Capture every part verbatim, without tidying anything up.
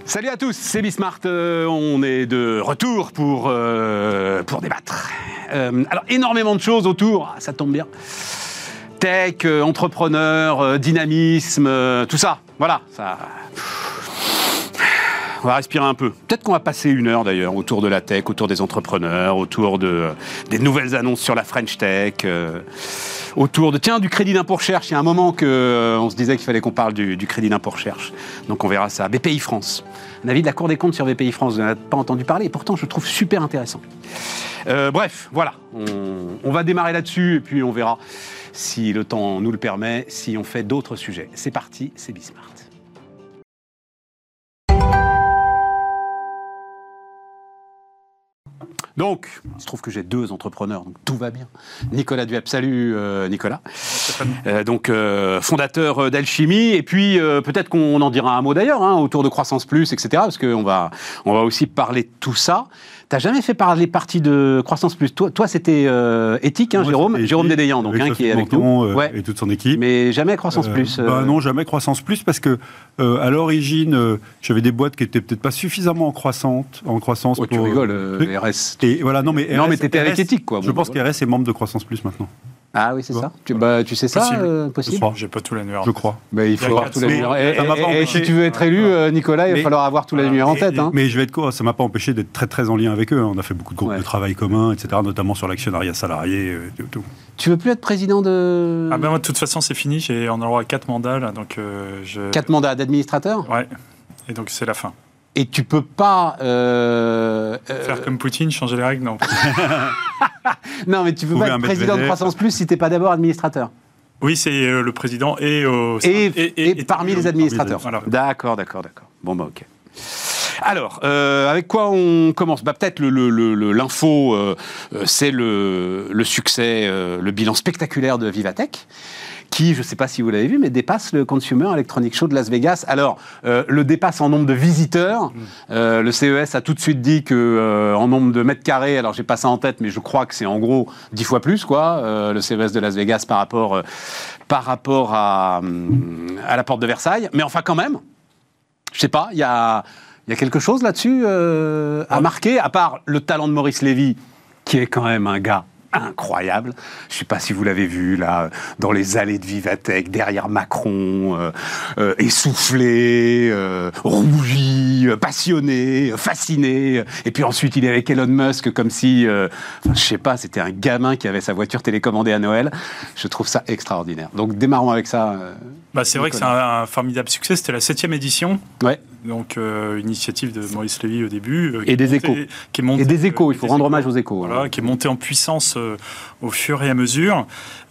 Salut à tous, c'est Bismart. Euh, on est de retour pour, euh, pour débattre. Euh, alors, énormément de choses autour, ça tombe bien. Tech, euh, entrepreneur, euh, dynamisme, euh, tout ça. Voilà, ça... On va respirer un peu. Peut-être qu'on va passer une heure d'ailleurs autour de la tech, autour des entrepreneurs, autour de, euh, des nouvelles annonces sur la French Tech, euh, autour de, tiens, du crédit d'impôt recherche. Il y a un moment qu'on euh, se disait qu'il fallait qu'on parle du, du crédit d'impôt recherche. Donc on verra ça. B P I France. Un avis de la Cour des comptes sur B P I France, vous n'en avez pas entendu parler, et pourtant je le trouve super intéressant. Euh, bref, voilà. On, on va démarrer là-dessus, et puis on verra si le temps nous le permet, si on fait d'autres sujets. C'est parti, c'est Bismart. Donc, il se trouve que j'ai deux entrepreneurs, donc tout va bien. Nicolas Duhep, salut euh, Nicolas. Euh, donc, euh, fondateur d'Alchimie, et puis euh, peut-être qu'on en dira un mot d'ailleurs, hein, autour de Croissance Plus, et cetera, parce qu'on va, on va aussi parler de tout ça. T'as jamais fait parler partie de Croissance Plus. Toi, toi c'était euh, éthique, hein, Jérôme, éthique, Jérôme Dédéian, donc hein, qui est avec nous, euh, ouais. Et toute son équipe. Mais jamais Croissance euh, Plus. Euh... Bah non, jamais Croissance Plus, parce que euh, à l'origine, euh, j'avais des boîtes qui étaient peut-être pas suffisamment en croissance, en croissance. Oh, pour, tu rigoles, euh, R S. Et voilà, non mais R S, non mais t'étais avec éthique, quoi. Je bon, pense voilà. qu'R S est membre de Croissance Plus maintenant. Ah oui, c'est ça. Tu, bah, tu sais ça, possible. Euh, possible. Je crois. J'ai pas tous les numéros. Je crois. Mais il faut avoir tous les numéros. Et, ça m'a pas et, empêché. et si tu veux être élu, euh, Nicolas, il va falloir avoir tous les voilà. numéros en et, tête. Hein. Mais je vais être quoi. Ça m'a pas empêché d'être très très en lien avec eux. On a fait beaucoup de groupes ouais. de travail communs, et cetera, notamment sur l'actionnariat salarié. Et tout. Tu veux plus être président de. Ah ben moi, de toute façon, c'est fini. J'ai on a le droit à quatre mandats là, donc euh, je. Quatre mandats d'administrateur. Ouais. Et donc c'est la fin. Et tu peux pas euh, faire euh... comme Poutine, changer les règles, non. Non, mais tu peux Trouver pas être président de Croissance Plus si t'es pas d'abord administrateur. Oui, c'est euh, le président et, euh, et, et, et, et parmi les administrateurs. Parmi les... Voilà. D'accord, d'accord, d'accord. Bon bah ok. Alors, euh, avec quoi on commence ? Bah, peut-être le, le, le, l'info, euh, c'est le, le succès, euh, le bilan spectaculaire de Vivatech, qui, je ne sais pas si vous l'avez vu, mais dépasse le Consumer Electronics Show de Las Vegas. Alors, euh, le dépasse en nombre de visiteurs. Euh, le C E S a tout de suite dit que euh, en nombre de mètres carrés, alors j'ai pas ça en tête, mais je crois que c'est en gros dix fois plus, quoi, euh, le C E S de Las Vegas par rapport, euh, par rapport à, à la porte de Versailles. Mais enfin, quand même, je sais pas, il y a... Il y a quelque chose là-dessus euh, à marquer, à part le talent de Maurice Lévy, qui est quand même un gars incroyable. Je ne sais pas si vous l'avez vu, là, dans les allées de Vivatech, derrière Macron, euh, euh, essoufflé, euh, rougi, euh, passionné, fasciné. Et puis ensuite, il est avec Elon Musk, comme si, euh, enfin, je ne sais pas, c'était un gamin qui avait sa voiture télécommandée à Noël. Je trouve ça extraordinaire. Donc, démarrons avec ça. Euh, bah, c'est vrai que c'est un, un formidable succès. C'était la septième édition. Ouais. Donc, euh, initiative de Maurice Lévy au début. Euh, et des échos. Qui est montée, et des échos, euh, il faut rendre échos, hommage aux échos. Voilà, hein. Qui est monté en puissance euh, au fur et à mesure.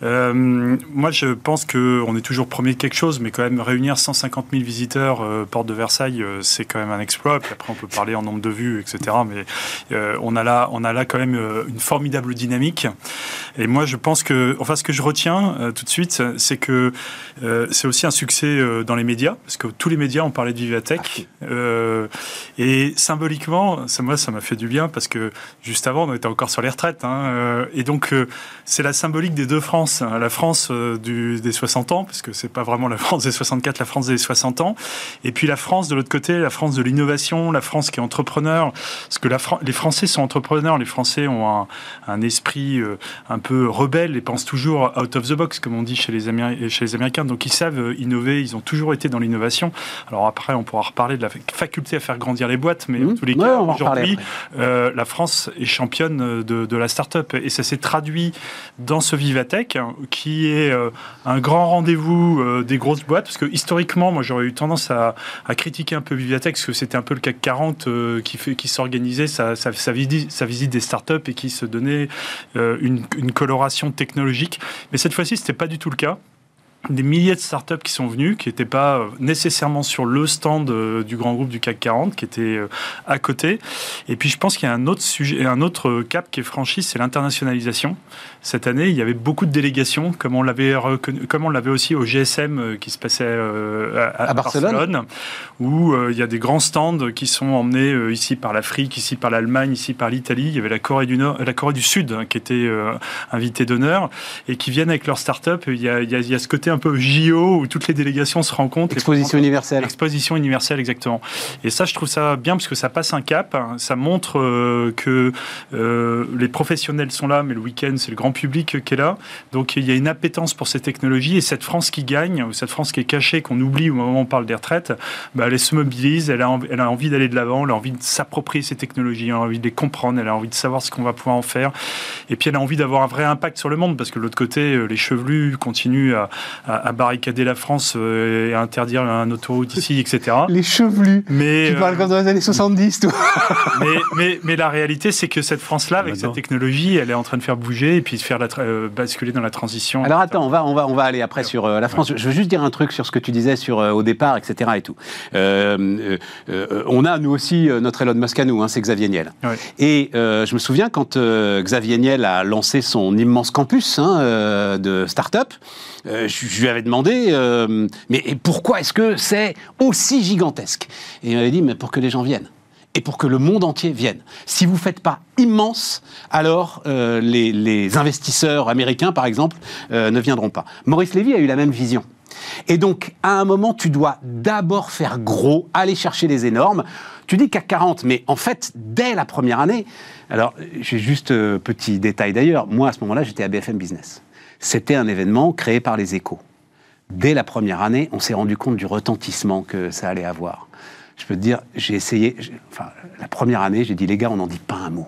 Euh, moi, je pense qu'on est toujours premier de quelque chose, mais quand même réunir cent cinquante mille visiteurs euh, porte de Versailles, euh, c'est quand même un exploit. Puis après, on peut parler en nombre de vues, et cetera. Mais euh, on a là, on a là quand même euh, une formidable dynamique. Et moi, je pense que, enfin, ce que je retiens euh, tout de suite, c'est que euh, c'est aussi un succès euh, dans les médias, parce que tous les médias ont parlé de Vivatech. Euh, et symboliquement, ça, moi, ça m'a fait du bien, parce que juste avant, on était encore sur les retraites. Hein, euh, et donc, euh, c'est la symbolique des deux France. La France euh, du, des soixante ans, parce que c'est pas vraiment la France des soixante-quatre, la France des soixante ans, et puis la France de l'autre côté, la France de l'innovation, la France qui est entrepreneur, parce que la Fran- les Français sont entrepreneurs, les Français ont un, un esprit euh, un peu rebelle et pensent toujours out of the box, comme on dit chez les, Améri- chez les Américains, donc ils savent innover, ils ont toujours été dans l'innovation. Alors après, on pourra reparler de la faculté à faire grandir les boîtes, mais mmh. en tous les cas, ouais, aujourd'hui, euh, la France est championne de, de la start-up, et ça s'est traduit dans ce Vivatech, qui est euh, un grand rendez-vous euh, des grosses boîtes, parce que historiquement, moi j'aurais eu tendance à, à critiquer un peu Vivatech, parce que c'était un peu le C A C quarante euh, qui, fait, qui s'organisait sa, sa, sa, visite, sa visite des startups et qui se donnait euh, une, une coloration technologique. Mais cette fois-ci, c'était pas du tout le cas. Des milliers de startups qui sont venues, qui n'étaient pas nécessairement sur le stand euh, du grand groupe du C A C quarante, qui étaient euh, à côté. Et puis je pense qu'il y a un autre sujet, un autre cap qui est franchi, c'est l'internationalisation. Cette année, il y avait beaucoup de délégations, comme on l'avait reconnu, comme on l'avait aussi au G S M euh, qui se passait euh, à, à, à Barcelone, Barcelone où euh, il y a des grands stands qui sont emmenés euh, ici par l'Afrique, ici par l'Allemagne, ici par l'Italie. Il y avait la Corée du Nord, la Corée du Sud hein, qui était euh, invitée d'honneur et qui viennent avec leurs startups. Il y a, il y a, il y a ce côté côté un peu J O où toutes les délégations se rencontrent. Exposition universelle. Exposition universelle, exactement. Et ça, je trouve ça bien parce que ça passe un cap. Hein, ça montre euh, que euh, les professionnels sont là, mais le week-end, c'est le grand public qui est là. Donc, il y a une appétence pour ces technologies. Et cette France qui gagne, ou cette France qui est cachée, qu'on oublie au moment où on parle des retraites, bah, elle se mobilise, elle a, envie, elle a envie d'aller de l'avant, elle a envie de s'approprier ces technologies, elle a envie de les comprendre, elle a envie de savoir ce qu'on va pouvoir en faire. Et puis, elle a envie d'avoir un vrai impact sur le monde, parce que de l'autre côté, les chevelus continuent à, à, à barricader la France et à interdire un autoroute ici, et cetera. Les chevelus. Mais, tu euh, parles comme dans les années soixante-dix, toi. mais, mais, mais la réalité, c'est que cette France-là, avec cette technologie, elle est en train de faire bouger et puis de faire la tra- euh, basculer dans la transition. Alors attends, on va, on va, on va aller après sur euh, la France. Ouais. Je veux juste dire un truc sur ce que tu disais sur euh, au départ, et cetera et tout. Euh, euh, on a nous aussi euh, notre Elon Musk à nous, hein, c'est Xavier Niel. Ouais. Et euh, je me souviens quand euh, Xavier Niel a lancé son immense campus hein, euh, de start-up, euh, je, je lui avais demandé, euh, mais pourquoi est-ce que c'est aussi gigantesque ? Et il m'avait dit, mais pour que les gens viennent. Et pour que le monde entier vienne. Si vous ne faites pas immense, alors euh, les, les investisseurs américains, par exemple, euh, ne viendront pas. Maurice Lévy a eu la même vision. Et donc, à un moment, tu dois d'abord faire gros, aller chercher les énormes. Tu dis C A C quarante, mais en fait, dès la première année... Alors, j'ai juste euh, petit détail d'ailleurs. Moi, à ce moment-là, j'étais à B F M Business. C'était un événement créé par les Échos. Dès la première année, on s'est rendu compte du retentissement que ça allait avoir. Je peux te dire, j'ai essayé, j'ai, enfin, la première année, j'ai dit, les gars, on n'en dit pas un mot.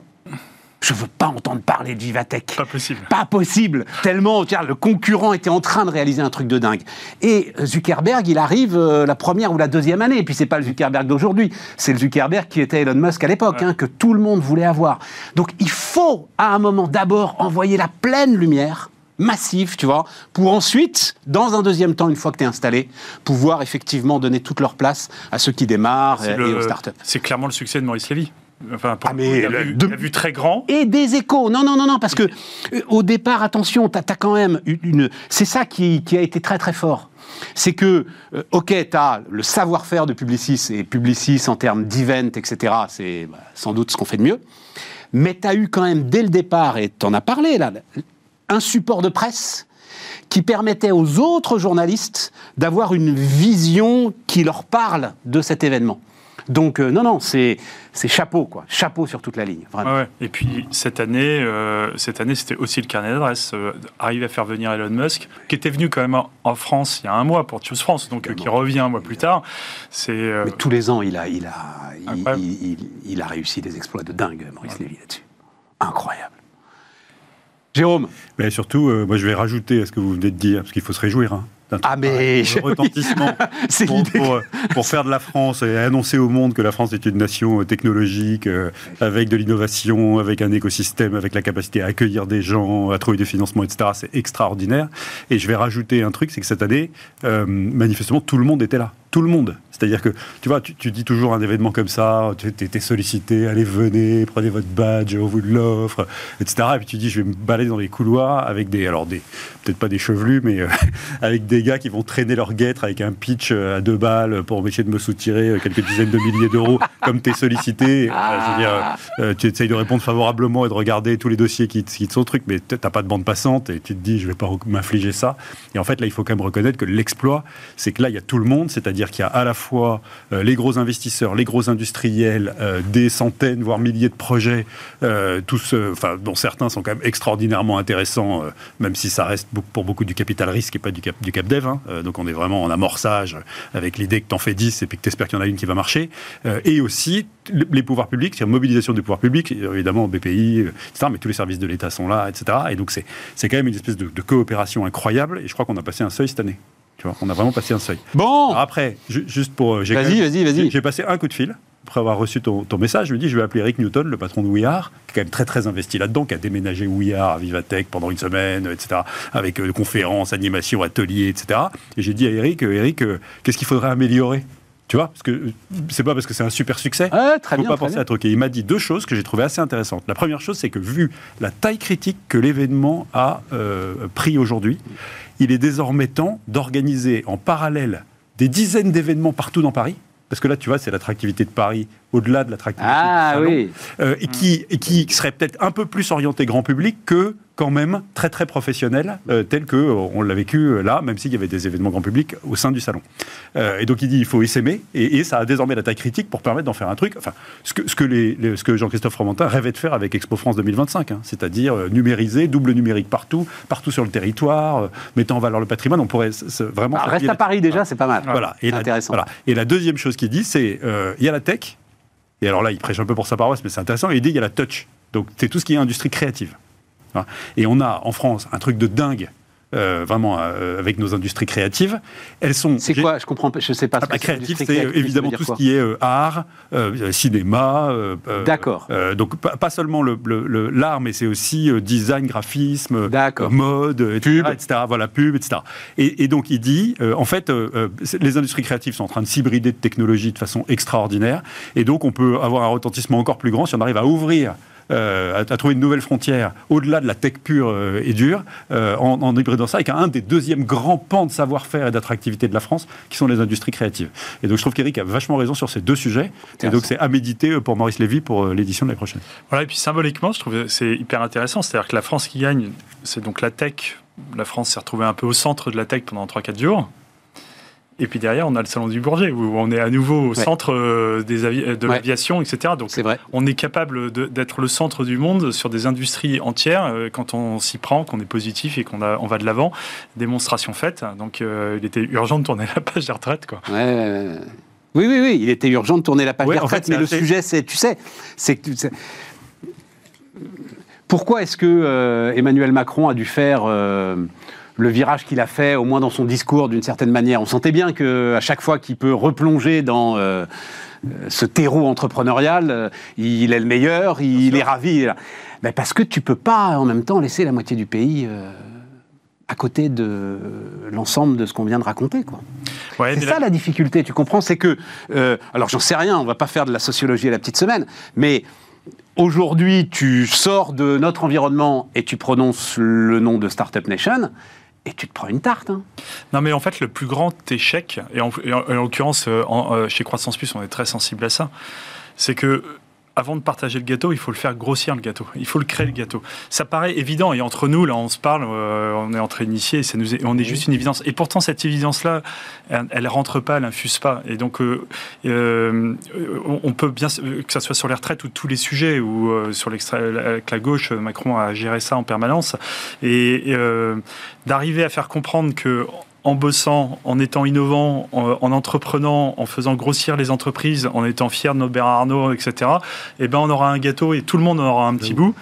Je veux pas entendre parler de Vivatech. Pas possible. Pas possible. Tellement, tiens, le concurrent était en train de réaliser un truc de dingue. Et Zuckerberg, il arrive euh, la première ou la deuxième année. Et puis c'est pas le Zuckerberg d'aujourd'hui. C'est le Zuckerberg qui était Elon Musk à l'époque, ouais. hein, que tout le monde voulait avoir. Donc il faut, à un moment, d'abord envoyer la pleine lumière massif, tu vois, pour ensuite, dans un deuxième temps, une fois que tu es installé, pouvoir effectivement donner toute leur place à ceux qui démarrent et, le, et aux startups. C'est clairement le succès de Maurice Lévy. Enfin, pour ah mais il a, vu, de... il a vu très grand. Et des échos. Non, non, non, non, parce que euh, au départ, attention, t'as, t'as quand même une, une... C'est ça qui, qui a été très, très fort. C'est que, euh, ok, t'as le savoir-faire de Publicis, et Publicis en termes d'event, et cetera, c'est bah, sans doute ce qu'on fait de mieux. Mais t'as eu quand même, dès le départ, et t'en as parlé, là, un support de presse qui permettait aux autres journalistes d'avoir une vision qui leur parle de cet événement. Donc, euh, non, non, c'est, c'est chapeau, quoi. Chapeau sur toute la ligne, vraiment. Ouais, ouais. Et puis, cette année, euh, cette année, c'était aussi le carnet d'adresse. Euh, arriver à faire venir Elon Musk, qui était venu quand même en, en France il y a un mois pour Choose France, donc euh, qui revient un mois plus tard. C'est, euh... Mais tous les ans, il a, il a, il, il, il, il a réussi des exploits de dingue, Maurice ouais. Lévy, là-dessus. Incroyable. Jérôme. Mais surtout, euh, moi, je vais rajouter à ce que vous venez de dire, parce qu'il faut se réjouir, hein. Ah mais le retentissement c'est pour, pour, pour faire de la France et annoncer au monde que la France est une nation technologique euh, avec de l'innovation, avec un écosystème, avec la capacité à accueillir des gens, à trouver des financements, et cetera. C'est extraordinaire. Et je vais rajouter un truc, c'est que cette année, euh, manifestement, tout le monde était là. Tout le monde. C'est-à-dire que, tu vois, tu, tu dis toujours un événement comme ça, tu es sollicité, allez, venez, prenez votre badge, on vous l'offre, et cetera. Et puis tu dis, je vais me balader dans les couloirs avec des, alors des, peut-être pas des chevelus, mais euh, avec des gars qui vont traîner leur guêtre avec un pitch à deux balles pour essayer de me soutirer quelques dizaines de milliers d'euros, comme tu es sollicité. Euh, je veux dire, euh, tu essayes de répondre favorablement et de regarder tous les dossiers qui, qui te sont trucs, mais tu n'as pas de bande passante et tu te dis, je vais pas m'infliger ça. Et en fait, là, il faut quand même reconnaître que l'exploit, c'est que là, il y a tout le monde, c'est-à-dire qu'il y a à la fois euh, les gros investisseurs, les gros industriels, euh, des centaines, voire milliers de projets, euh, tous, euh, dont certains sont quand même extraordinairement intéressants, euh, même si ça reste pour beaucoup du capital risque et pas du cap, du cap dev. Hein. Euh, donc on est vraiment en amorçage avec l'idée que tu en fais dix et puis que tu espères qu'il y en a une qui va marcher. Euh, et aussi les pouvoirs publics, c'est-à-dire mobilisation des pouvoirs publics, évidemment B P I, et cetera, mais tous les services de l'État sont là, et cetera. Et donc c'est, c'est quand même une espèce de, de coopération incroyable et je crois qu'on a passé un seuil cette année. Tu vois, on a vraiment passé un seuil. Bon. Alors après, ju- juste pour, j'ai vas-y, même, vas-y, vas-y. J'ai, j'ai passé un coup de fil après avoir reçu ton, ton message. Je me dis, je vais appeler Eric Newton, le patron de We Are, qui est quand même très très investi là-dedans, qui a déménagé We Are à Vivatech pendant une semaine, et cetera, avec euh, conférences, animations, ateliers, et cetera. Et j'ai dit à Eric, euh, Eric, euh, qu'est-ce qu'il faudrait améliorer? Tu vois, parce que c'est pas parce que c'est un super succès. Ah, très faut bien, pas très penser bien. à truquer. Il m'a dit deux choses que j'ai trouvées assez intéressantes. La première chose, c'est que vu la taille critique que l'événement a euh, pris aujourd'hui, il est désormais temps d'organiser en parallèle des dizaines d'événements partout dans Paris. Parce que là, tu vois, c'est l'attractivité de Paris au-delà de l'attractivité ah, du salon, oui. euh, et, qui, et qui serait peut-être un peu plus orienté grand public que quand même très très professionnel, euh, tel que euh, on l'a vécu euh, là, même s'il y avait des événements grand public au sein du salon. Euh, et donc il dit il faut essaimer, et, et ça a désormais la taille critique pour permettre d'en faire un truc. Enfin, ce que, ce que, les, les, ce que Jean-Christophe Fromentin rêvait de faire avec Expo France deux mille vingt-cinq, hein, c'est-à-dire euh, numériser, double numérique partout, partout sur le territoire, euh, mettant en valeur le patrimoine. On pourrait s- s- vraiment. Ah, reste à Paris déjà, c'est pas mal. Voilà. Et C'est la, intéressant. voilà. Et la deuxième chose qu'il dit, c'est euh, il y a la tech. Et alors là, il prêche un peu pour sa paroisse, mais c'est intéressant. Il dit il y a la touch. Donc c'est tout ce qui est industrie créative. Et on a en France un truc de dingue, euh, vraiment euh, avec nos industries créatives. Elles sont. C'est quoi? Je comprends pas. Je sais pas. Ah, Ce bah, que créatif, c'est c'est créatif, évidemment ça veut tout dire ce qui est euh, art, euh, cinéma. Euh, D'accord. Euh, donc pas, pas seulement le, le, le, l'art, mais c'est aussi euh, design, graphisme, euh, mode, et cetera, pub, et cetera. Voilà, pub, et cetera. Et, et donc il dit, euh, en fait, euh, les industries créatives sont en train de s'hybrider de technologies de façon extraordinaire, et donc on peut avoir un retentissement encore plus grand si on arrive à ouvrir. Euh, à, à trouver une nouvelle frontière au-delà de la tech pure euh, et dure, euh, en, en hybridant ça avec un, un des deuxièmes grands pans de savoir-faire et d'attractivité de la France, qui sont les industries créatives. Et donc je trouve qu'Éric a vachement raison sur ces deux sujets. Et donc c'est à méditer pour Maurice Lévy pour euh, l'édition de l'année prochaine. Voilà, et puis symboliquement, je trouve que c'est hyper intéressant. C'est-à-dire que la France qui gagne, c'est donc la tech. La France s'est retrouvée un peu au centre de la tech pendant trois quatre jours. Et puis derrière, on a le salon du Bourget, où on est à nouveau au ouais. centre euh, des avi- de ouais. l'aviation, et cetera. Donc c'est vrai. On est capable de, d'être le centre du monde sur des industries entières euh, quand on s'y prend, qu'on est positif et qu'on a, on va de l'avant. Démonstration faite. Donc euh, il était urgent de tourner la page des retraites, quoi. Ouais, ouais, ouais. Oui, oui, oui, il était urgent de tourner la page ouais, des retraites, en fait, mais le assez... sujet, c'est, tu sais, c'est que... C'est... Pourquoi est-ce que euh, Emmanuel Macron a dû faire... Euh, le virage qu'il a fait, au moins dans son discours, d'une certaine manière. On sentait bien qu'à chaque fois qu'il peut replonger dans euh, ce terreau entrepreneurial, euh, il est le meilleur, il, il est ravi. Ben parce que tu ne peux pas, en même temps, laisser la moitié du pays euh, à côté de l'ensemble de ce qu'on vient de raconter, quoi. Ouais, c'est ça la... la difficulté, tu comprends? C'est que, euh, alors j'en sais rien, on ne va pas faire de la sociologie à la petite semaine, mais... Aujourd'hui, tu sors de notre environnement et tu prononces le nom de Startup Nation et tu te prends une tarte. Hein. Non, mais en fait, le plus grand échec, et en, et en, en l'occurrence, euh, en, euh, chez Croissance Plus, on est très sensible à ça, c'est que avant de partager le gâteau, il faut le faire grossir, le gâteau. Il faut le créer, le gâteau. Ça paraît évident. Et entre nous, là, on se parle, euh, on est entre initiés, et ça nous est, on est juste une évidence. Et pourtant, cette évidence-là, elle ne rentre pas, elle n'infuse pas. Et donc, euh, euh, on peut bien, que ce soit sur les retraites ou tous les sujets, ou euh, sur l'extrême, avec la gauche, Macron a géré ça en permanence. Et euh, d'arriver à faire comprendre que... en bossant, en étant innovant, en, en entreprenant, en faisant grossir les entreprises, en étant fier de nos Bernard Arnault, et cetera, eh ben on aura un gâteau et tout le monde en aura un petit bout.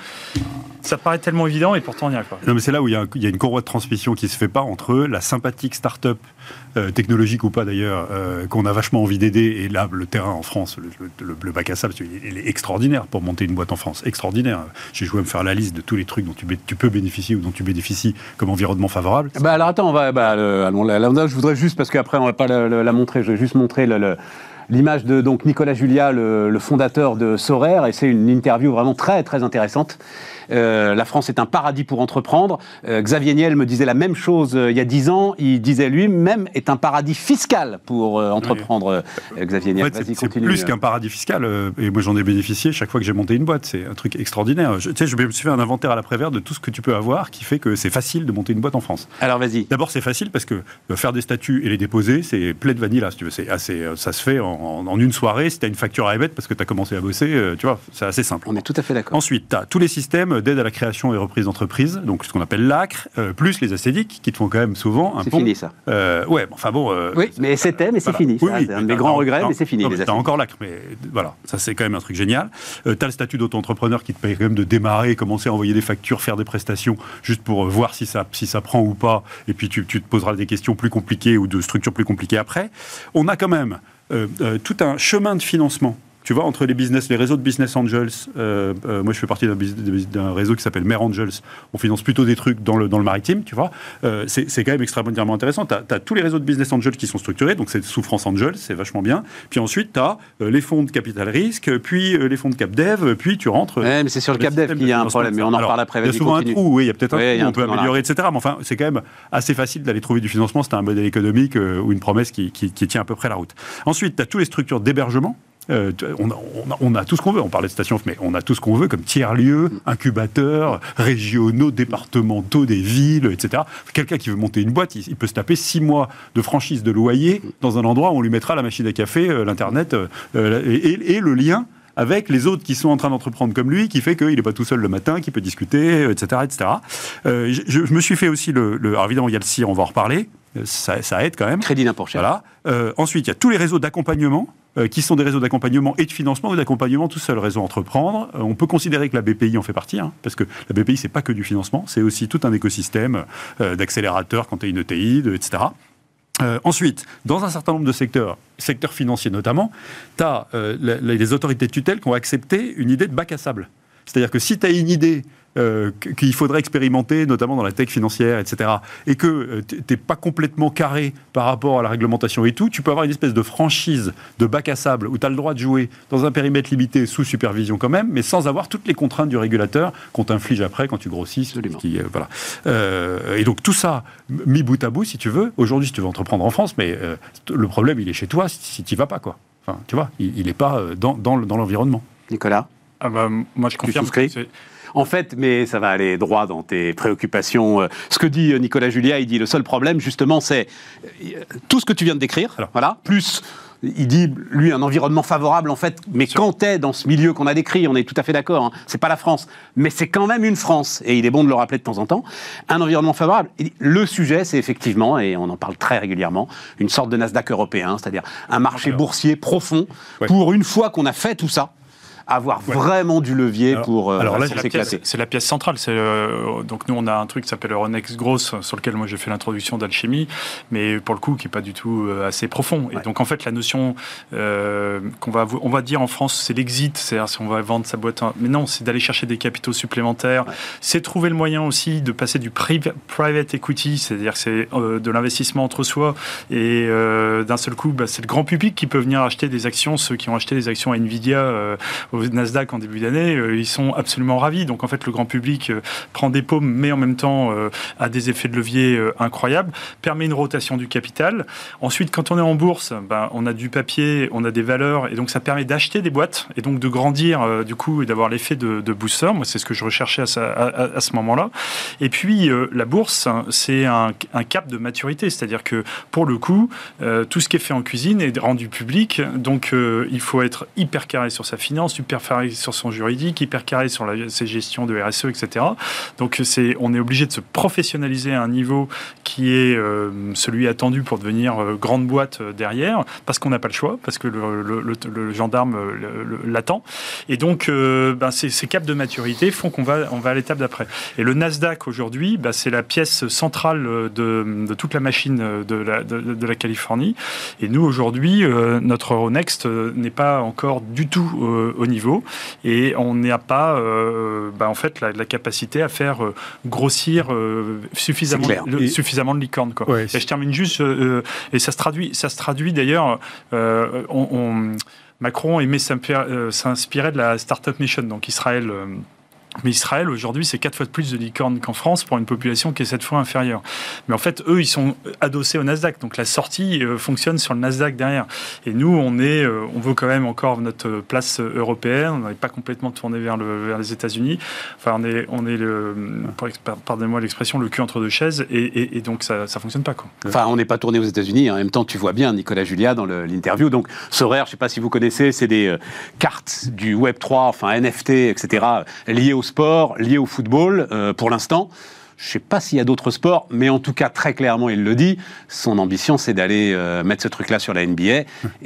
Ça paraît tellement évident et pourtant on n'y arrive pas. Non, mais c'est là où il y a, il y a une courroie de transmission qui ne se fait pas entre la sympathique start-up, euh, technologique ou pas d'ailleurs, euh, qu'on a vachement envie d'aider, et là le terrain en France, le, le, le bac à sable, il est extraordinaire pour monter une boîte en France, extraordinaire. J'ai joué à me faire la liste de tous les trucs dont tu, tu peux bénéficier ou dont tu bénéficies comme environnement favorable. Bah alors attends, on va, bah, le, allons, là, là, je voudrais juste, parce qu'après on va pas la, la, la montrer, je vais juste montrer le... le... l'image de donc, Nicolas Julia, le, le fondateur de Sorare, et c'est une interview vraiment très, très intéressante. Euh, la France est un paradis pour entreprendre. Euh, Xavier Niel me disait la même chose euh, il y a dix ans. Il disait lui-même est un paradis fiscal pour euh, entreprendre. Oui. Euh, Xavier Niel, en fait, vas-y, c'est, continue. C'est plus qu'un paradis fiscal. Euh, et moi, j'en ai bénéficié chaque fois que j'ai monté une boîte. C'est un truc extraordinaire. Je, tu sais, je me suis fait un inventaire à l'après-vert de tout ce que tu peux avoir qui fait que c'est facile de monter une boîte en France. Alors, vas-y. D'abord, c'est facile parce que euh, faire des statuts et les déposer, c'est plein de vanilla, si tu veux. C'est assez, euh, ça se fait en, en, en une soirée. Si tu as une facture à émettre parce que tu as commencé à bosser, euh, tu vois, c'est assez simple. On est tout à fait d'accord. Ensuite, tu as tous les systèmes d'aide à la création et reprise d'entreprise, donc ce qu'on appelle l'A C R, euh, plus les acédiques, qui te font quand même souvent un c'est pont. C'est fini, ça. Euh, ouais, enfin bon... Euh, oui, mais c'était, mais c'est voilà. fini. Oui, oui, c'est un de mes grands regrets, non, mais c'est fini. Non, mais t'as encore l'A C R, mais voilà, ça c'est quand même un truc génial. Euh, t'as le statut d'auto-entrepreneur qui te paye quand même de démarrer, commencer à envoyer des factures, faire des prestations, juste pour euh, voir si ça, si ça prend ou pas, et puis tu, tu te poseras des questions plus compliquées ou de structures plus compliquées après. On a quand même euh, euh, tout un chemin de financement. Tu vois, entre les business, les réseaux de business angels, euh, euh, moi je fais partie d'un, d'un réseau qui s'appelle Mare Angels, on finance plutôt des trucs dans le, dans le maritime, tu vois, euh, c'est, c'est quand même extrêmement intéressant. Tu as tous les réseaux de business angels qui sont structurés, donc c'est sous France Angels, c'est vachement bien. Puis ensuite, tu as euh, les fonds de capital risque, puis euh, les fonds de CapDev, puis tu rentres... Ouais, mais c'est sur le CapDev qu'il y a un problème, mais on en Alors, reparle après. Il y a souvent continue. un trou, oui, il y a peut-être un ouais, trou, un on peut améliorer, et cetera. Mais enfin, c'est quand même assez facile d'aller trouver du financement, c'est un modèle économique euh, ou une promesse qui, qui, qui tient à peu près la route. Ensuite, tu as toutes les structures d'hébergement. Euh, on, a, on, a, on a tout ce qu'on veut. On parlait de Station F, mais on a tout ce qu'on veut comme tiers-lieux, incubateurs, régionaux, départementaux, des villes, et cetera. Quelqu'un qui veut monter une boîte, il, il peut se taper six mois de franchise de loyer dans un endroit où on lui mettra la machine à café, euh, l'internet euh, et, et, et le lien avec les autres qui sont en train d'entreprendre comme lui, qui fait qu'il n'est pas tout seul le matin, qu'il peut discuter, et cetera, et cetera. Euh, je, je me suis fait aussi le, le... Alors évidemment, il y a le C I R, on va en reparler. Ça, ça aide quand même. Crédit d'impôt cher. Voilà. Euh, ensuite, il y a tous les réseaux d'accompagnement, euh, qui sont des réseaux d'accompagnement et de financement ou d'accompagnement tout seul, réseau entreprendre. Euh, on peut considérer que la B P I en fait partie, hein, parce que la B P I, c'est pas que du financement, c'est aussi tout un écosystème euh, d'accélérateurs quand tu es une E T I, de, et cetera. Euh, ensuite, dans un certain nombre de secteurs, secteurs financiers notamment, tu as euh, les autorités de tutelle qui ont accepté une idée de bac à sable. C'est-à-dire que si tu as une idée euh, qu'il faudrait expérimenter, notamment dans la tech financière, et cetera, et que euh, tu n'es pas complètement carré par rapport à la réglementation et tout, tu peux avoir une espèce de franchise de bac à sable où tu as le droit de jouer dans un périmètre limité, sous supervision quand même, mais sans avoir toutes les contraintes du régulateur qu'on t'inflige après quand tu grossis. Qui, euh, voilà. euh, et donc tout ça, mis bout à bout, si tu veux, aujourd'hui, si tu veux entreprendre en France, mais euh, le problème, il est chez toi si, si tu n'y vas pas, quoi. Enfin, tu vois, il n'est pas dans, dans, dans l'environnement. Nicolas ? Ah bah, moi, je confirme. En fait, mais ça va aller droit dans tes préoccupations. Ce que dit Nicolas Julia, il dit le seul problème, justement, c'est tout ce que tu viens de décrire. Alors. Voilà. Plus, il dit, lui, un environnement favorable, en fait. Mais Sûr. Quand t'es dans ce milieu qu'on a décrit, on est tout à fait d'accord, hein, c'est pas la France, mais c'est quand même une France. Et il est bon de le rappeler de temps en temps. Un environnement favorable. Le sujet, c'est effectivement, et on en parle très régulièrement, une sorte de Nasdaq européen, c'est-à-dire un marché Alors. boursier profond. Ouais. Pour une fois qu'on a fait tout ça, avoir ouais. vraiment du levier alors, pour, euh, alors là, pour s'éclater. C'est la pièce centrale. C'est, euh, donc nous, on a un truc qui s'appelle Euronext Growth, sur lequel moi j'ai fait l'introduction d'Alchimie, mais pour le coup, qui n'est pas du tout euh, assez profond. Ouais. Et donc en fait, la notion euh, qu'on va, on va dire en France, c'est l'exit, c'est-à-dire si on va vendre sa boîte. Mais non, c'est d'aller chercher des capitaux supplémentaires. Ouais. C'est trouver le moyen aussi de passer du priv- private equity, c'est-à-dire que c'est euh, de l'investissement entre soi, et euh, d'un seul coup, bah, c'est le grand public qui peut venir acheter des actions. Ceux qui ont acheté des actions à Nvidia euh, au Nasdaq en début d'année, euh, ils sont absolument ravis. Donc en fait, le grand public euh, prend des paumes, mais en même temps euh, a des effets de levier euh, incroyables, permet une rotation du capital. Ensuite, quand on est en bourse, ben, on a du papier, on a des valeurs, et donc ça permet d'acheter des boîtes, et donc de grandir euh, du coup, et d'avoir l'effet de, de booster. Moi, c'est ce que je recherchais à, sa, à, à ce moment-là. Et puis, euh, la bourse, c'est un, un cap de maturité, c'est-à-dire que pour le coup, euh, tout ce qui est fait en cuisine est rendu public, donc euh, il faut être hyper carré sur sa finance, hyper carré sur son juridique, hyper carré sur la, ses gestions de R S E, et cetera. Donc c'est, on est obligé de se professionnaliser à un niveau qui est euh, celui attendu pour devenir euh, grande boîte euh, derrière, parce qu'on n'a pas le choix, parce que le, le, le, le gendarme euh, le, l'attend. Et donc euh, ben, ces, ces caps de maturité font qu'on va, on va à l'étape d'après. Et le Nasdaq aujourd'hui, ben, c'est la pièce centrale de, de toute la machine de la, de, de la Californie. Et nous aujourd'hui, euh, notre Euronext euh, n'est pas encore du tout euh, au niveau, et on n'a pas euh, bah en fait la, la capacité à faire euh, grossir euh, suffisamment, le, suffisamment de licornes, quoi. Ouais, et je termine juste euh, et ça se traduit ça se traduit d'ailleurs euh, on, on, Macron aimait s'inspirer de la Startup Nation, donc Israël. Euh, Mais Israël, aujourd'hui, c'est quatre fois plus de licornes qu'en France pour une population qui est sept fois inférieure. Mais en fait, eux, ils sont adossés au Nasdaq. Donc la sortie euh, fonctionne sur le Nasdaq derrière. Et nous, on, est, euh, on veut quand même encore notre place européenne. On n'est pas complètement tourné vers, le, vers les États-Unis. Enfin, on est, on est le, pardonnez-moi l'expression, le cul entre deux chaises. Et, et, et donc, ça ne fonctionne pas, quoi. Enfin, on n'est pas tourné aux États-Unis. En même temps, tu vois bien Nicolas Julia dans le, l'interview. Donc, Sorare, je ne sais pas si vous connaissez, c'est des euh, cartes du Web trois, enfin N F T, et cetera, liées au sport, lié au football, euh, pour l'instant. Je ne sais pas s'il y a d'autres sports, mais en tout cas, très clairement, il le dit, son ambition, c'est d'aller euh, mettre ce truc-là sur la N B A.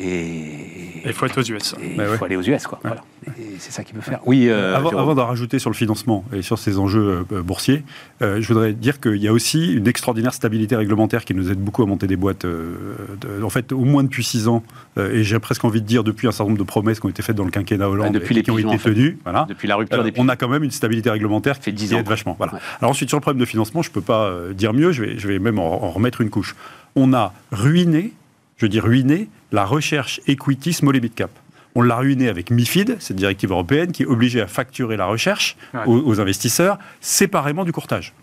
Et il faut être aux U S. Il bah faut ouais. aller aux U S, quoi. Ouais. Voilà. Et c'est ça qu'il peut faire. Oui, euh, avant, avant d'en rajouter sur le financement et sur ces enjeux euh, boursiers, euh, je voudrais dire qu'il y a aussi une extraordinaire stabilité réglementaire qui nous aide beaucoup à monter des boîtes. Euh, de, en fait, au moins depuis six ans, euh, et j'ai presque envie de dire depuis un certain nombre de promesses qui ont été faites dans le quinquennat Hollande, ouais, depuis et qui ont été tenues. Voilà. Depuis la rupture euh, des pieds. On a quand même une stabilité réglementaire qui, qui aide vachement. Voilà. Ouais. Alors ensuite, sur le problème de financement, je ne peux pas euh, dire mieux, je vais, je vais même en, en remettre une couche. On a ruiné, je dis ruiné, la recherche equity small et mid cap. On l'a ruiné avec MiFID, cette directive européenne qui est obligée à facturer la recherche ouais. aux, aux investisseurs séparément du courtage.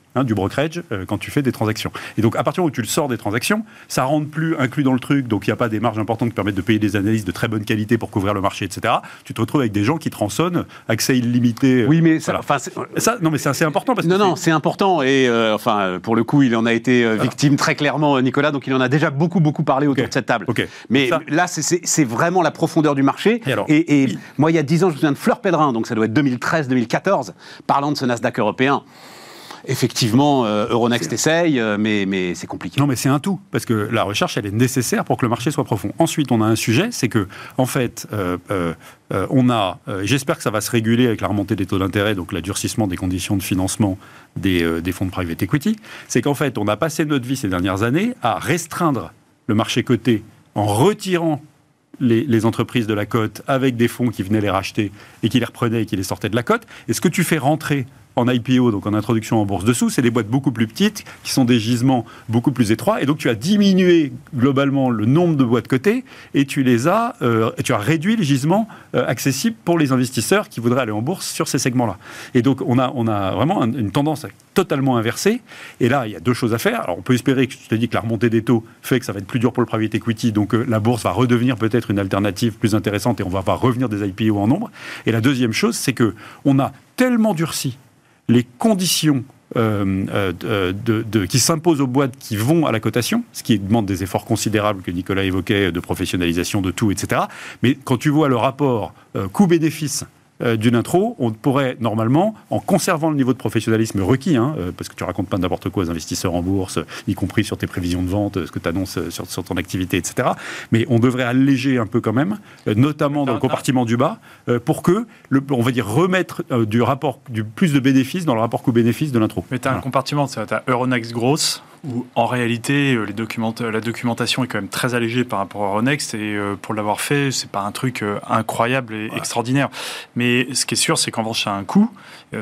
hein, du brokerage euh, quand tu fais des transactions. Et donc, à partir du moment où tu le sors des transactions, ça ne rentre plus inclus dans le truc, donc il n'y a pas des marges importantes qui permettent de payer des analystes de très bonne qualité pour couvrir le marché, et cetera. Tu te retrouves avec des gens qui tronçonnent, accès illimité. Oui, mais ça, voilà. enfin, c'est... ça, non, mais c'est assez important parce non, que non, c'est... c'est important et euh, enfin, pour le coup, il en a été euh, victime très clairement, Nicolas. Donc, il en a déjà beaucoup, beaucoup parlé autour okay. de cette table. Okay. Mais ça... là, c'est, c'est, c'est vraiment la profondeur du marché. Et, alors, et, et oui. moi, il y a dix ans, je me souviens de Fleur Pellerin, donc ça doit être deux mille treize deux mille quatorze, parlant de ce Nasdaq européen. Effectivement, euh, Euronext essaye, euh, mais, mais c'est compliqué. Non, mais c'est un tout, parce que la recherche, elle est nécessaire pour que le marché soit profond. Ensuite, on a un sujet, c'est que, en fait, euh, euh, euh, on a, euh, j'espère que ça va se réguler avec la remontée des taux d'intérêt, donc l'adurcissement des conditions de financement des, euh, des fonds de private equity, c'est qu'en fait, on a passé notre vie ces dernières années à restreindre le marché coté en retirant Les, les entreprises de la cote avec des fonds qui venaient les racheter et qui les reprenaient et qui les sortaient de la cote. Et ce que tu fais rentrer en I P O, donc en introduction en bourse dessous, c'est des boîtes beaucoup plus petites, qui sont des gisements beaucoup plus étroits, et donc tu as diminué globalement le nombre de boîtes cotées, et tu les as, euh, et tu as réduit les gisements euh, accessibles pour les investisseurs qui voudraient aller en bourse sur ces segments-là. Et donc on a, on a vraiment un, une tendance totalement inversée, et là il y a deux choses à faire. Alors on peut espérer, que je te dis que la remontée des taux fait que ça va être plus dur pour le private equity, donc euh, la bourse va redevenir peut-être une alternative plus intéressante, et on va voir revenir des I P O en nombre. Et la deuxième chose, c'est que on a tellement durci les conditions euh, euh, de, de, qui s'imposent aux boîtes qui vont à la cotation, ce qui demande des efforts considérables que Nicolas évoquait, de professionnalisation de tout, et cetera. Mais quand tu vois le rapport euh, coût-bénéfice euh, d'une intro, on pourrait normalement, en conservant le niveau de professionnalisme requis, hein, euh, parce que tu racontes pas n'importe quoi aux investisseurs en bourse, y compris sur tes prévisions de vente, ce que tu annonces sur, sur ton activité, et cetera. Mais on devrait alléger un peu quand même, euh, notamment dans le compartiment du bas, euh, pour que, le, on va dire, remettre euh, du rapport, du plus de bénéfices dans le rapport coût-bénéfice de l'intro. Mais tu as voilà. un compartiment, tu as Euronext Growth, où en réalité les documents, la documentation est quand même très allégée par rapport à Euronext, et euh, pour l'avoir fait, c'est pas un truc euh, incroyable et ouais. extraordinaire. Mais ce qui est sûr, c'est qu'en revanche, ça a un coût.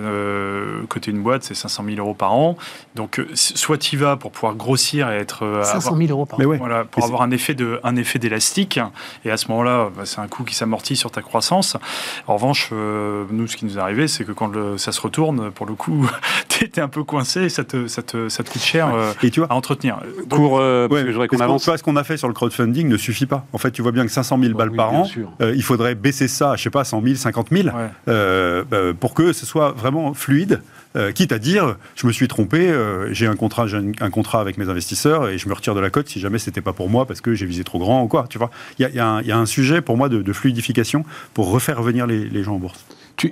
Euh, côté une boîte, c'est cinq cent mille euros par an. Donc, soit tu y vas pour pouvoir grossir et être... Euh, cinq cent mille euros par an. Mais ouais. Voilà, pour mais avoir un effet, de, un effet d'élastique. Et à ce moment-là, bah, c'est un coût qui s'amortit sur ta croissance. En revanche, euh, nous, ce qui nous est arrivé, c'est que quand le, ça se retourne, pour le coup, t'es un peu coincé et ça te, ça te, ça te coûte cher euh, et tu vois, à entretenir. Donc, Cours, euh, ouais, parce que je voudrais qu'on avance. Tu vois, ce qu'on a fait sur le crowdfunding ne suffit pas. En fait, tu vois bien que cinq cent mille balles oui, par an, euh, il faudrait baisser ça, je sais pas, cent mille, cinquante mille, ouais. euh, euh, pour que ce soit vraiment fluide, euh, quitte à dire, je me suis trompé, euh, j'ai un contrat, j'ai un, un contrat avec mes investisseurs et je me retire de la cote si jamais c'était pas pour moi parce que j'ai visé trop grand ou quoi, tu vois. Il y, y, y a un sujet pour moi de, de fluidification pour refaire revenir les, les gens en bourse. Tu,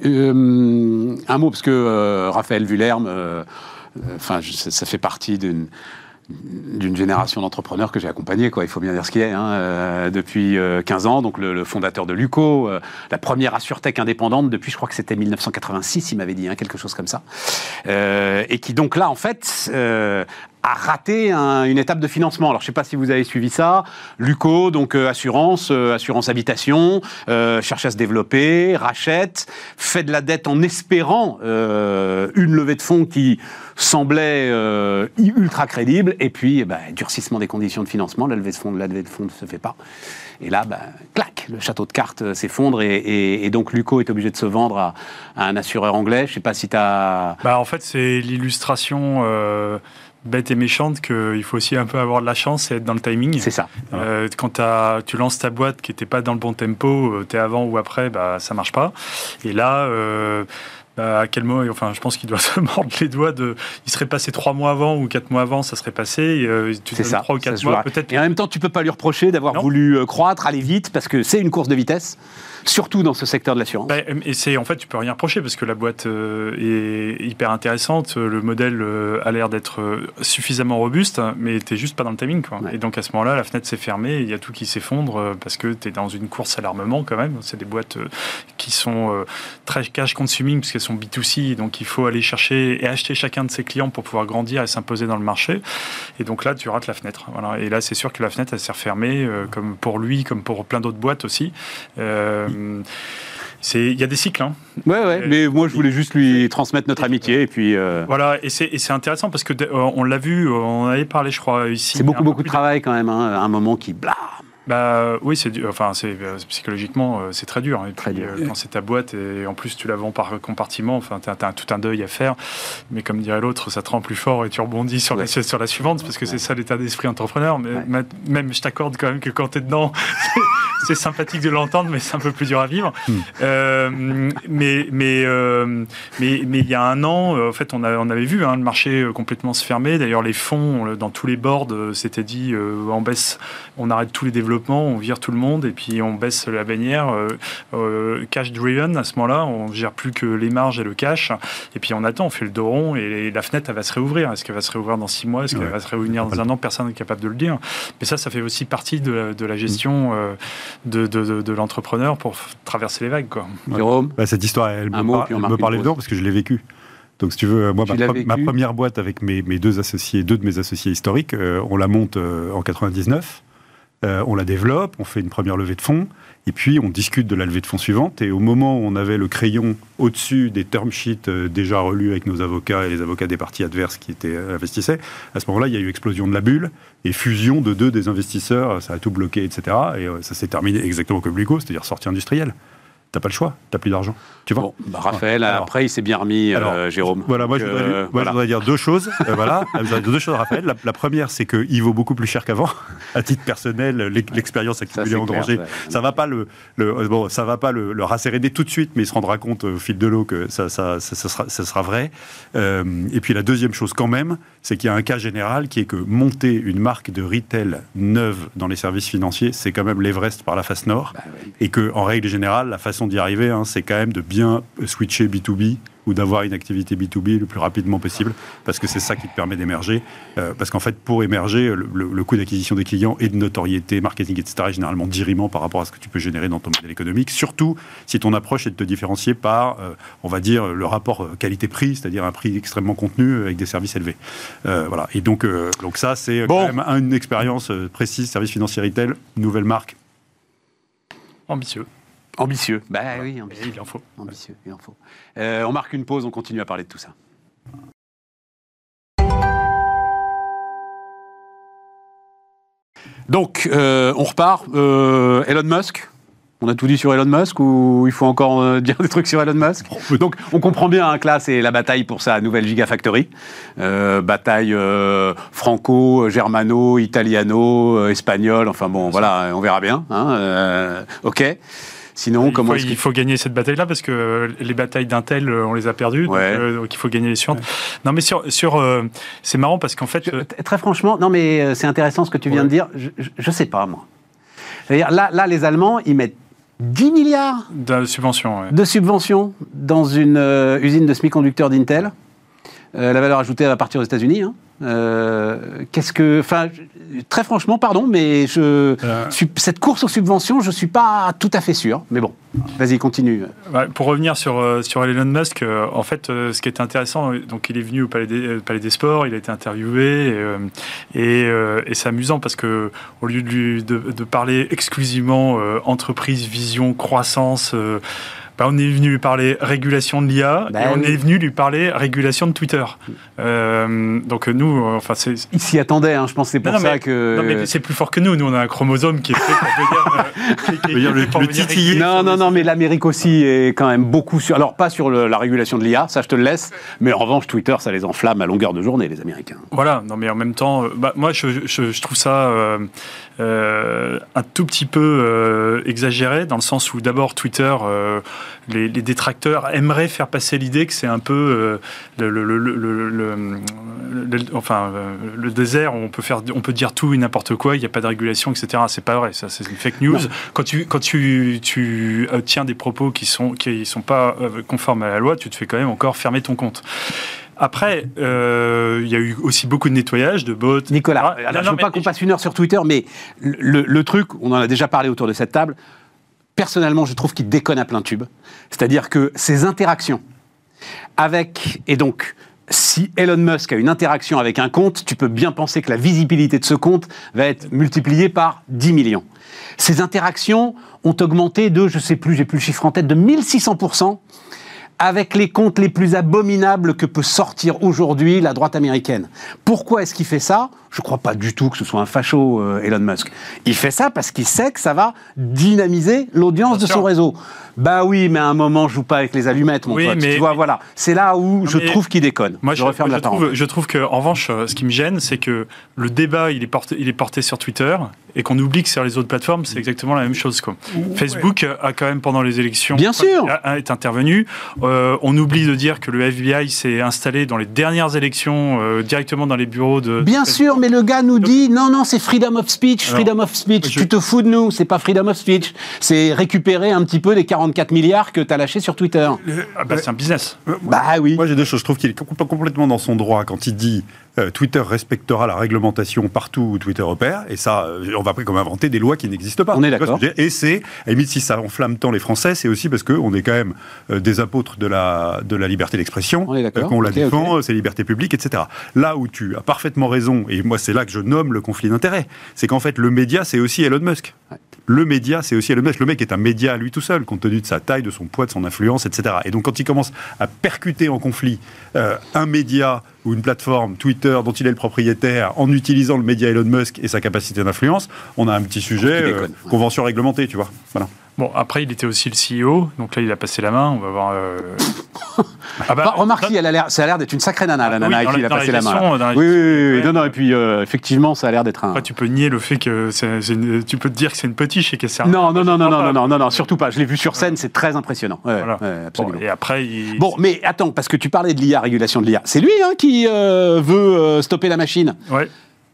euh, un mot, parce que euh, Raphaël Vullerme, euh, enfin, ça, ça fait partie d'une d'une génération d'entrepreneurs que j'ai accompagnés, quoi, il faut bien dire ce qu'il est, hein, euh, depuis euh, quinze ans, donc le, le fondateur de Luco, euh, la première assurtech indépendante depuis, je crois que c'était mille neuf cent quatre-vingt-six, il m'avait dit, hein, quelque chose comme ça, euh, et qui donc là, en fait, euh, a raté un, une étape de financement. Alors, je ne sais pas si vous avez suivi ça. Luco, donc euh, assurance, euh, assurance habitation, euh, cherche à se développer, rachète, fait de la dette en espérant euh, une levée de fonds qui semblait euh, ultra crédible, et puis, eh ben, durcissement des conditions de financement, la levée de fonds, la levée de fonds ne se fait pas. Et là, ben, clac, le château de cartes s'effondre, et, et, et donc Luco est obligé de se vendre à, à un assureur anglais. Je ne sais pas si tu as... Bah, en fait, c'est l'illustration... Euh... bête et méchante qu'il faut aussi un peu avoir de la chance et être dans le timing. C'est ça. Euh, quand tu lances ta boîte qui n'était pas dans le bon tempo, tu es avant ou après, bah, ça ne marche pas. Et là, euh, bah, à quel moment, enfin, je pense qu'il doit se mordre les doigts. De, il serait passé trois mois avant ou quatre mois avant, ça serait passé. Et, euh, tu c'est ça. trois ou quatre mois, peut-être. Et en même temps, tu ne peux pas lui reprocher d'avoir non. voulu croître, aller vite, parce que c'est une course de vitesse. Surtout dans ce secteur de l'assurance. Bah, et c'est, en fait, tu peux rien reprocher parce que la boîte euh, est hyper intéressante. Le modèle euh, a l'air d'être euh, suffisamment robuste, mais tu n'es juste pas dans le timing, quoi. Ouais. Et donc, à ce moment-là, la fenêtre s'est fermée. Il y a tout qui s'effondre euh, parce que tu es dans une course à l'armement quand même. C'est des boîtes euh, qui sont euh, très cash consuming parce qu'elles sont B deux C. Donc, il faut aller chercher et acheter chacun de ses clients pour pouvoir grandir et s'imposer dans le marché. Et donc là, tu rates la fenêtre. Voilà. Et là, c'est sûr que la fenêtre, elle s'est refermée, euh, comme pour lui, comme pour plein d'autres boîtes aussi. Euh, Il y a des cycles. Hein. Ouais, ouais, et, mais moi je voulais juste lui transmettre notre amitié. Et puis, euh... Voilà, et c'est, et c'est intéressant parce qu'on euh, l'a vu, on en avait parlé, je crois, ici. C'est beaucoup, beaucoup de travail quand même, hein, à un moment qui blâme. Bah oui, c'est dur. Enfin, c'est psychologiquement, euh, c'est très dur. Et très puis, dur. Euh, quand c'est ta boîte et en plus tu la vends par compartiment, enfin, t'as, t'as tout un deuil à faire. Mais comme dirait l'autre, ça te rend plus fort et tu rebondis sur, ouais. la, sur la suivante parce que ouais. c'est ça l'état d'esprit entrepreneur. Mais ouais. même, je t'accorde quand même que quand t'es dedans, c'est sympathique de l'entendre, mais c'est un peu plus dur à vivre. Mm. Euh, mais mais euh, mais mais il y a un an, en fait, on, a, on avait vu hein, le marché complètement se fermer. D'ailleurs, les fonds dans tous les boards s'étaient dit euh, on baisse, on arrête tous les développements. On vire tout le monde et puis on baisse la bannière euh, euh, cash driven à ce moment-là, on gère plus que les marges et le cash et puis on attend, on fait le dos rond et la fenêtre elle va se réouvrir. Est-ce qu'elle va se réouvrir dans six mois, est-ce qu'elle ouais. va se réunir dans un an? Personne n'est capable de le dire, mais ça ça fait aussi partie de la, de la gestion euh, de, de, de, de l'entrepreneur pour traverser les vagues quoi. Ouais. Jérôme, bah, cette histoire elle me, mot, par, elle me parlait dedans parce que je l'ai vécu. Donc, si tu veux, moi, ma, pre- ma première boîte avec mes, mes deux associés, deux de mes associés historiques, euh, on la monte euh, en quatre-vingt-dix-neuf. Euh, on la développe, on fait une première levée de fonds, et puis on discute de la levée de fonds suivante. Et au moment où on avait le crayon au-dessus des term sheets euh, déjà relus avec nos avocats et les avocats des parties adverses qui étaient, euh, investissaient, à ce moment-là, il y a eu explosion de la bulle et fusion de deux des investisseurs, ça a tout bloqué, et cetera. Et euh, ça s'est terminé exactement comme l'U G O, c'est-à-dire sortie industrielle. T'as pas le choix, t'as plus d'argent. Tu vois. Bon, bah Raphaël, alors, après, il s'est bien remis, alors, euh, Jérôme. Voilà, moi, je voudrais, euh, moi voilà. je voudrais dire deux choses. euh, voilà, je voudrais dire deux choses, Raphaël. La, la première, c'est qu'il vaut beaucoup plus cher qu'avant. À titre personnel, l'expérience accumulée en danger, ça va pas le, le bon, ça va pas le, le rasséréner tout de suite, mais il se rendra compte au fil de l'eau que ça, ça, ça, ça, sera, ça sera vrai. Euh, et puis la deuxième chose, quand même, c'est qu'il y a un cas général qui est que monter une marque de retail neuve dans les services financiers, c'est quand même l'Everest par la face nord, bah, oui. Et que, en règle générale, la façon d'y arriver, hein, c'est quand même de bien switcher B deux B ou d'avoir une activité B deux B le plus rapidement possible, parce que c'est ça qui te permet d'émerger. Euh, parce qu'en fait, pour émerger, le, le, le coût d'acquisition des clients et de notoriété, marketing, et cetera, est généralement dirimant par rapport à ce que tu peux générer dans ton modèle économique, surtout si ton approche est de te différencier par, euh, on va dire, le rapport qualité-prix, c'est-à-dire un prix extrêmement contenu avec des services élevés. Euh, voilà. Et donc, euh, donc ça, c'est bon. Quand même une expérience précise, service financier retail, nouvelle marque. Ambitieux. Ambitieux. Bah voilà. Oui, ambitieux. Il en faut. Ambitieux, il en faut. Euh, on marque une pause, on continue à parler de tout ça. Donc, euh, on repart. Euh, Elon Musk. On a tout dit sur Elon Musk ou il faut encore euh, dire des trucs sur Elon Musk? Donc, on comprend bien hein, que là, c'est la bataille pour sa nouvelle Gigafactory. Euh, bataille euh, franco, germano, italiano, euh, espagnol. Enfin bon, voilà, on verra bien. Hein, euh, ok. Sinon, il comment faut, est-ce il faut gagner cette bataille-là parce que les batailles d'Intel, on les a perdues, ouais. donc, euh, donc il faut gagner les suivantes. Ouais. Non, mais sur, sur euh, c'est marrant parce qu'en fait, euh, très franchement, non mais euh, c'est intéressant ce que tu viens ouais. de dire. Je, je, je sais pas moi. C'est-à-dire là, là, les Allemands, ils mettent dix milliards de subventions, ouais. de subventions dans une euh, usine de semi-conducteurs d'Intel. Euh, la valeur ajoutée va partir aux États-Unis. Hein. Euh, qu'est-ce que, enfin, très franchement, pardon, mais je, euh... suis, cette course aux subventions, je suis pas tout à fait sûr. Mais bon, vas-y, continue. Ouais, pour revenir sur sur Elon Musk, euh, en fait, euh, ce qui était intéressant, donc il est venu au Palais des, euh, Palais des Sports, il a été interviewé, et, euh, et, euh, et c'est amusant parce que au lieu de, lui, de, de parler exclusivement euh, entreprise, vision, croissance. Euh, Bah, on est venu lui parler régulation de l'I A bah, et on oui. est venu lui parler régulation de Twitter. Euh, donc nous, enfin c'est... Il s'y attendait, hein, je pense que c'est pour non, ça mais, que... Non mais c'est plus fort que nous, nous on a un chromosome qui est fait pour venir... euh, qui, qui, le pour le titiller. Non, non, non, mais l'Amérique aussi est quand même beaucoup sur... Alors pas sur le, la régulation de l'I A, ça je te le laisse, mais en revanche Twitter ça les enflamme à longueur de journée, les Américains. Voilà, non mais en même temps, bah, moi je, je, je trouve ça euh, euh, un tout petit peu euh, exagéré, dans le sens où d'abord Twitter... Euh, Les, les détracteurs aimeraient faire passer l'idée que c'est un peu euh, le, le, le, le, le, le, enfin, euh, le désert où on peut, faire, on peut dire tout et n'importe quoi, il n'y a pas de régulation, et cetera. C'est pas vrai, ça, c'est une fake news. Non. Quand tu, quand tu, tu euh, tiens des propos qui ne sont, qui sont pas euh, conformes à la loi, tu te fais quand même encore fermer ton compte. Après, il euh, y a eu aussi beaucoup de nettoyage, de bots. Nicolas, alors, non, je ne veux pas qu'on passe une heure sur Twitter, mais le, le truc, on en a déjà parlé autour de cette table, personnellement, je trouve qu'il déconne à plein tube. C'est-à-dire que ces interactions avec... Et donc, si Elon Musk a une interaction avec un compte, tu peux bien penser que la visibilité de ce compte va être multipliée par dix millions. Ces interactions ont augmenté de, je ne sais plus, j'ai plus le chiffre en tête, de mille six cents pour cent avec les comptes les plus abominables que peut sortir aujourd'hui la droite américaine. Pourquoi est-ce qu'il fait ça ? Je ne crois pas du tout que ce soit un facho, euh, Elon Musk. Il fait ça parce qu'il sait que ça va dynamiser l'audience Bien de sûr. son réseau. Bah oui, mais à un moment, joue pas avec les allumettes, mon oui, pote. Mais, tu vois, mais... voilà. C'est là où non, je trouve qu'il déconne. Moi, je, je referme moi, la je trouve, je trouve que, en revanche, ce qui me gêne, c'est que le débat, il est porté, il est porté sur Twitter et qu'on oublie que sur les autres plateformes, c'est exactement la même chose, quoi. Ouais. Facebook a quand même, pendant les élections, Bien sûr. est intervenu. Euh, on oublie de dire que le F B I s'est installé dans les dernières élections, euh, directement dans les bureaux de... Bien Facebook. sûr, mais le gars nous dit, non, non, c'est freedom of speech, Alors, freedom of speech. Je... Tu te fous de nous, c'est pas freedom of speech. C'est récupérer un petit peu les quarante-quatre milliards que t'as lâché sur Twitter. Ah bah, c'est un business. Bah oui. Moi j'ai deux choses. Je trouve qu'il est complètement dans son droit quand il dit euh, Twitter respectera la réglementation partout où Twitter opère. Et ça, euh, on va après comme inventer des lois qui n'existent pas. On est d'accord. Et c'est, à la limite, si ça enflamme tant les Français, c'est aussi parce qu'on est quand même euh, des apôtres de la, de la liberté d'expression. On est d'accord. Euh, qu'on okay, la défend, okay. c'est liberté publique, et cetera. Là où tu as parfaitement raison, et moi c'est là que je nomme le conflit d'intérêts, c'est qu'en fait le média c'est aussi Elon Musk. Ouais. Le média, c'est aussi Elon Musk. Le mec est un média à lui tout seul, compte tenu de sa taille, de son poids, de son influence, et cetera. Et donc, quand il commence à percuter en conflit euh, un média ou une plateforme, Twitter, dont il est le propriétaire, en utilisant le média Elon Musk et sa capacité d'influence, on a un petit sujet, euh, convention réglementée, tu vois. Voilà. Bon, après, il était aussi le C E O, donc là, il a passé la main, on va voir... Euh... ah bah, bah, remarque, elle a l'air, ça a l'air d'être une sacrée nana, la nana, oui, avec qui il a passé la main. La oui, oui, oui, oui. Non, non, et puis, euh, effectivement, ça a l'air d'être un... Après, tu peux nier le fait que... C'est, c'est une... Tu peux te dire que c'est une potiche et qu'elle sert... Non, non, non, non, non, non, non, non, non, surtout pas. Je l'ai vu sur scène, c'est très impressionnant. Ouais, voilà. ouais, absolument. Bon, et après, il... Bon, mais attends, parce que tu parlais de l'I A, régulation de l'I A. C'est lui hein, qui euh, veut euh, stopper la machine. Ouais.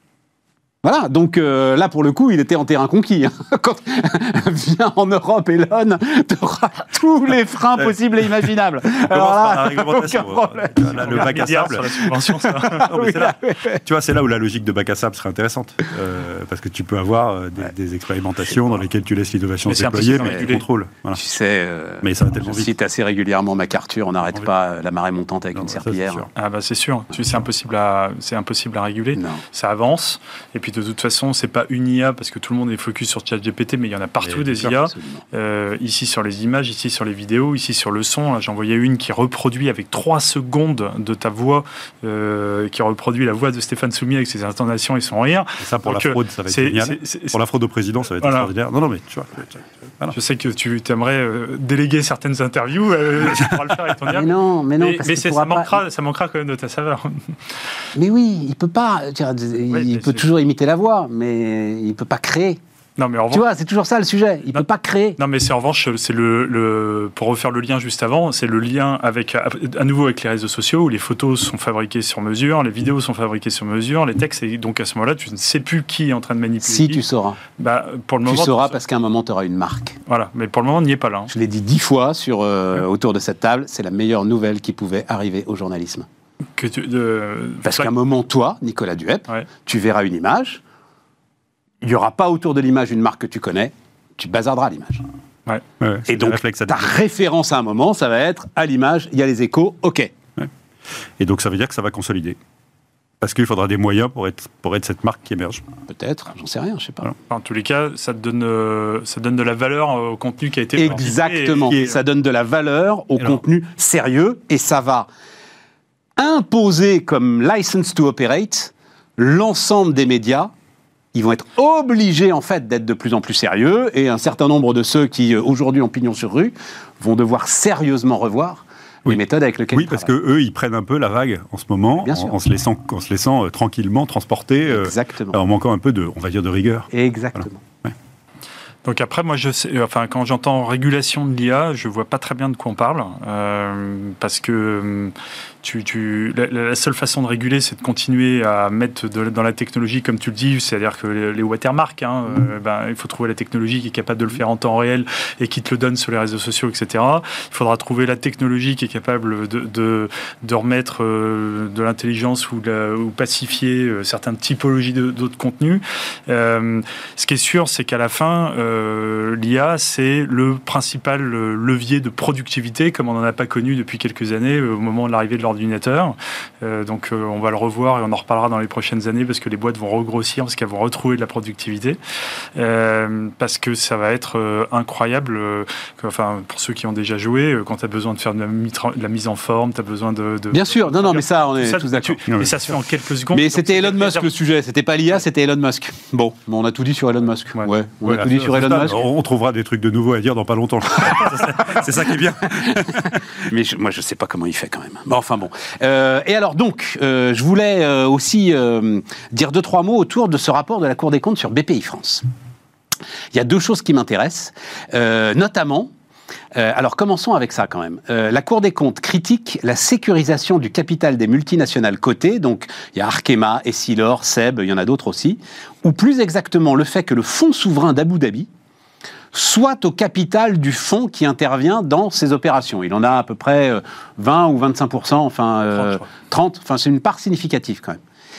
Voilà, donc euh, là, pour le coup, il était en terrain conquis. Quand viens en Europe, Elon, tu auras tous les freins possibles et imaginables. Alors là, la réglementation. Là, le bac à sable. Sur la subvention, ça. non, mais c'est là, tu vois, c'est là où la logique de bac à sable serait intéressante. Euh, parce que tu peux avoir euh, des, ouais. des expérimentations dans lesquelles tu laisses l'innovation se déployer, mais tu contrôles. Voilà. Tu sais, euh, mais ça va tellement je vite. cite assez régulièrement MacArthur, on n'arrête pas la marée montante avec non, une bah, serpillière. Ça, ah bah c'est sûr, c'est impossible à, c'est impossible à réguler. Non. Ça avance, et puis de toute façon, c'est pas une I A parce que tout le monde est focus sur ChatGPT, mais il y en a partout et des sûr, I A. Euh, ici sur les images, ici sur les vidéos, ici sur le son. Là, j'en voyais une qui reproduit avec trois secondes de ta voix, euh, qui reproduit la voix de Stéphane Soumier avec ses intonations et son rire. Et ça pour Donc, la fraude, ça va être génial. C'est, c'est, pour la fraude au président, ça va être voilà. extraordinaire. Non, non, mais tu vois. Voilà. Je sais que tu aimerais euh, déléguer certaines interviews. Euh, tu pourras le faire avec ton I A. Mais non, mais non, mais, parce mais que ça manquera, pas... ça manquera quand même de ta saveur. Mais oui, il peut pas. Il, ouais, il peut c'est... toujours imiter la voix, mais il ne peut pas créer. Non, mais en revanche, tu vois, c'est toujours ça le sujet. Il ne peut pas créer. Non, mais c'est en revanche, c'est le, le, pour refaire le lien juste avant, c'est le lien avec, à nouveau avec les réseaux sociaux où les photos sont fabriquées sur mesure, les vidéos sont fabriquées sur mesure, les textes, et donc à ce moment-là, tu ne sais plus qui est en train de manipuler. Si, tu sauras. Bah, pour le moment, tu sauras tu parce qu'à un moment, tu auras une marque. Voilà, mais pour le moment, on n'y est pas là. Hein. Je l'ai dit dix fois sur, euh, ouais. autour de cette table, c'est la meilleure nouvelle qui pouvait arriver au journalisme. Que tu, de... Parce qu'à un moment, toi, Nicolas Duhep, ouais. tu verras une image. Il n'y aura pas autour de l'image une marque que tu connais, tu bazarderas l'image. Ouais. Ouais, et donc, ta référence à un moment, ça va être à l'image, il y a les échos, ok. Ouais. Et donc, ça veut dire que ça va consolider. Parce qu'il faudra des moyens pour être, pour être cette marque qui émerge. Peut-être, j'en sais rien, je sais pas. Enfin, en tous les cas, ça donne, euh, ça donne de la valeur au contenu qui a été... Exactement, et... ça donne de la valeur au et contenu alors... sérieux, et ça va imposer comme license to operate l'ensemble des médias. Ils vont être obligés, en fait, d'être de plus en plus sérieux, et un certain nombre de ceux qui, aujourd'hui, ont pignon sur rue, vont devoir sérieusement revoir oui. les méthodes avec lesquelles oui, ils parce travaillent. qu'eux, ils prennent un peu la vague en ce moment, en, en se laissant, en se laissant euh, tranquillement transporter, euh, en manquant un peu de, on va dire, de rigueur. Exactement. Voilà. Ouais. Donc après, moi, je sais, enfin, quand j'entends régulation de l'I A, je vois pas très bien de quoi on parle, euh, parce que tu, tu, la, la seule façon de réguler, c'est de continuer à mettre de, dans la technologie, comme tu le dis, c'est-à-dire que les, les watermarks, hein, euh, ben, il faut trouver la technologie qui est capable de le faire en temps réel et qui te le donne sur les réseaux sociaux, et cetera. Il faudra trouver la technologie qui est capable de, de, de remettre euh, de l'intelligence ou, la, ou pacifier euh, certaines typologies de, d'autres contenus. Euh, ce qui est sûr, c'est qu'à la fin, euh, l'I A, c'est le principal levier de productivité, comme on n'en a pas connu depuis quelques années, au moment de l'arrivée de l'ordinateur. ordinateurs. Euh, donc euh, on va le revoir et on en reparlera dans les prochaines années parce que les boîtes vont regrossir, parce qu'elles vont retrouver de la productivité. Euh, parce que ça va être euh, incroyable. Euh, que, enfin, pour ceux qui ont déjà joué, euh, quand tu as besoin de faire de la, mitra- de la mise en forme, tu as besoin de, de... Bien sûr, non, non, mais ça, on est ça, tous d'accord. Tu, et ça se fait en quelques secondes. Mais c'était Elon Musk le sujet, c'était pas l'I A, c'était Elon Musk. Bon, on a tout dit sur Elon Musk. Ouais, ouais on voilà, a tout dit sur Elon ça, Musk. On trouvera des trucs de nouveau à dire dans pas longtemps. C'est ça qui est bien. Mais je, moi, je sais pas comment il fait quand même. Bon, enfin bon. Euh, et alors donc, euh, je voulais euh, aussi euh, dire deux trois mots autour de ce rapport de la Cour des comptes sur B P I France. Il y a deux choses qui m'intéressent, euh, notamment. Euh, alors commençons avec ça quand même. Euh, la Cour des comptes critique la sécurisation du capital des multinationales cotées, donc il y a Arkema, Essilor, Seb, il y en a d'autres aussi, ou plus exactement le fait que le fonds souverain d'Abu Dhabi soit au capital du fonds qui intervient dans ces opérations. Il en a à peu près vingt ou vingt-cinq pour cent, enfin euh, trente, trente, enfin c'est une part significative quand même.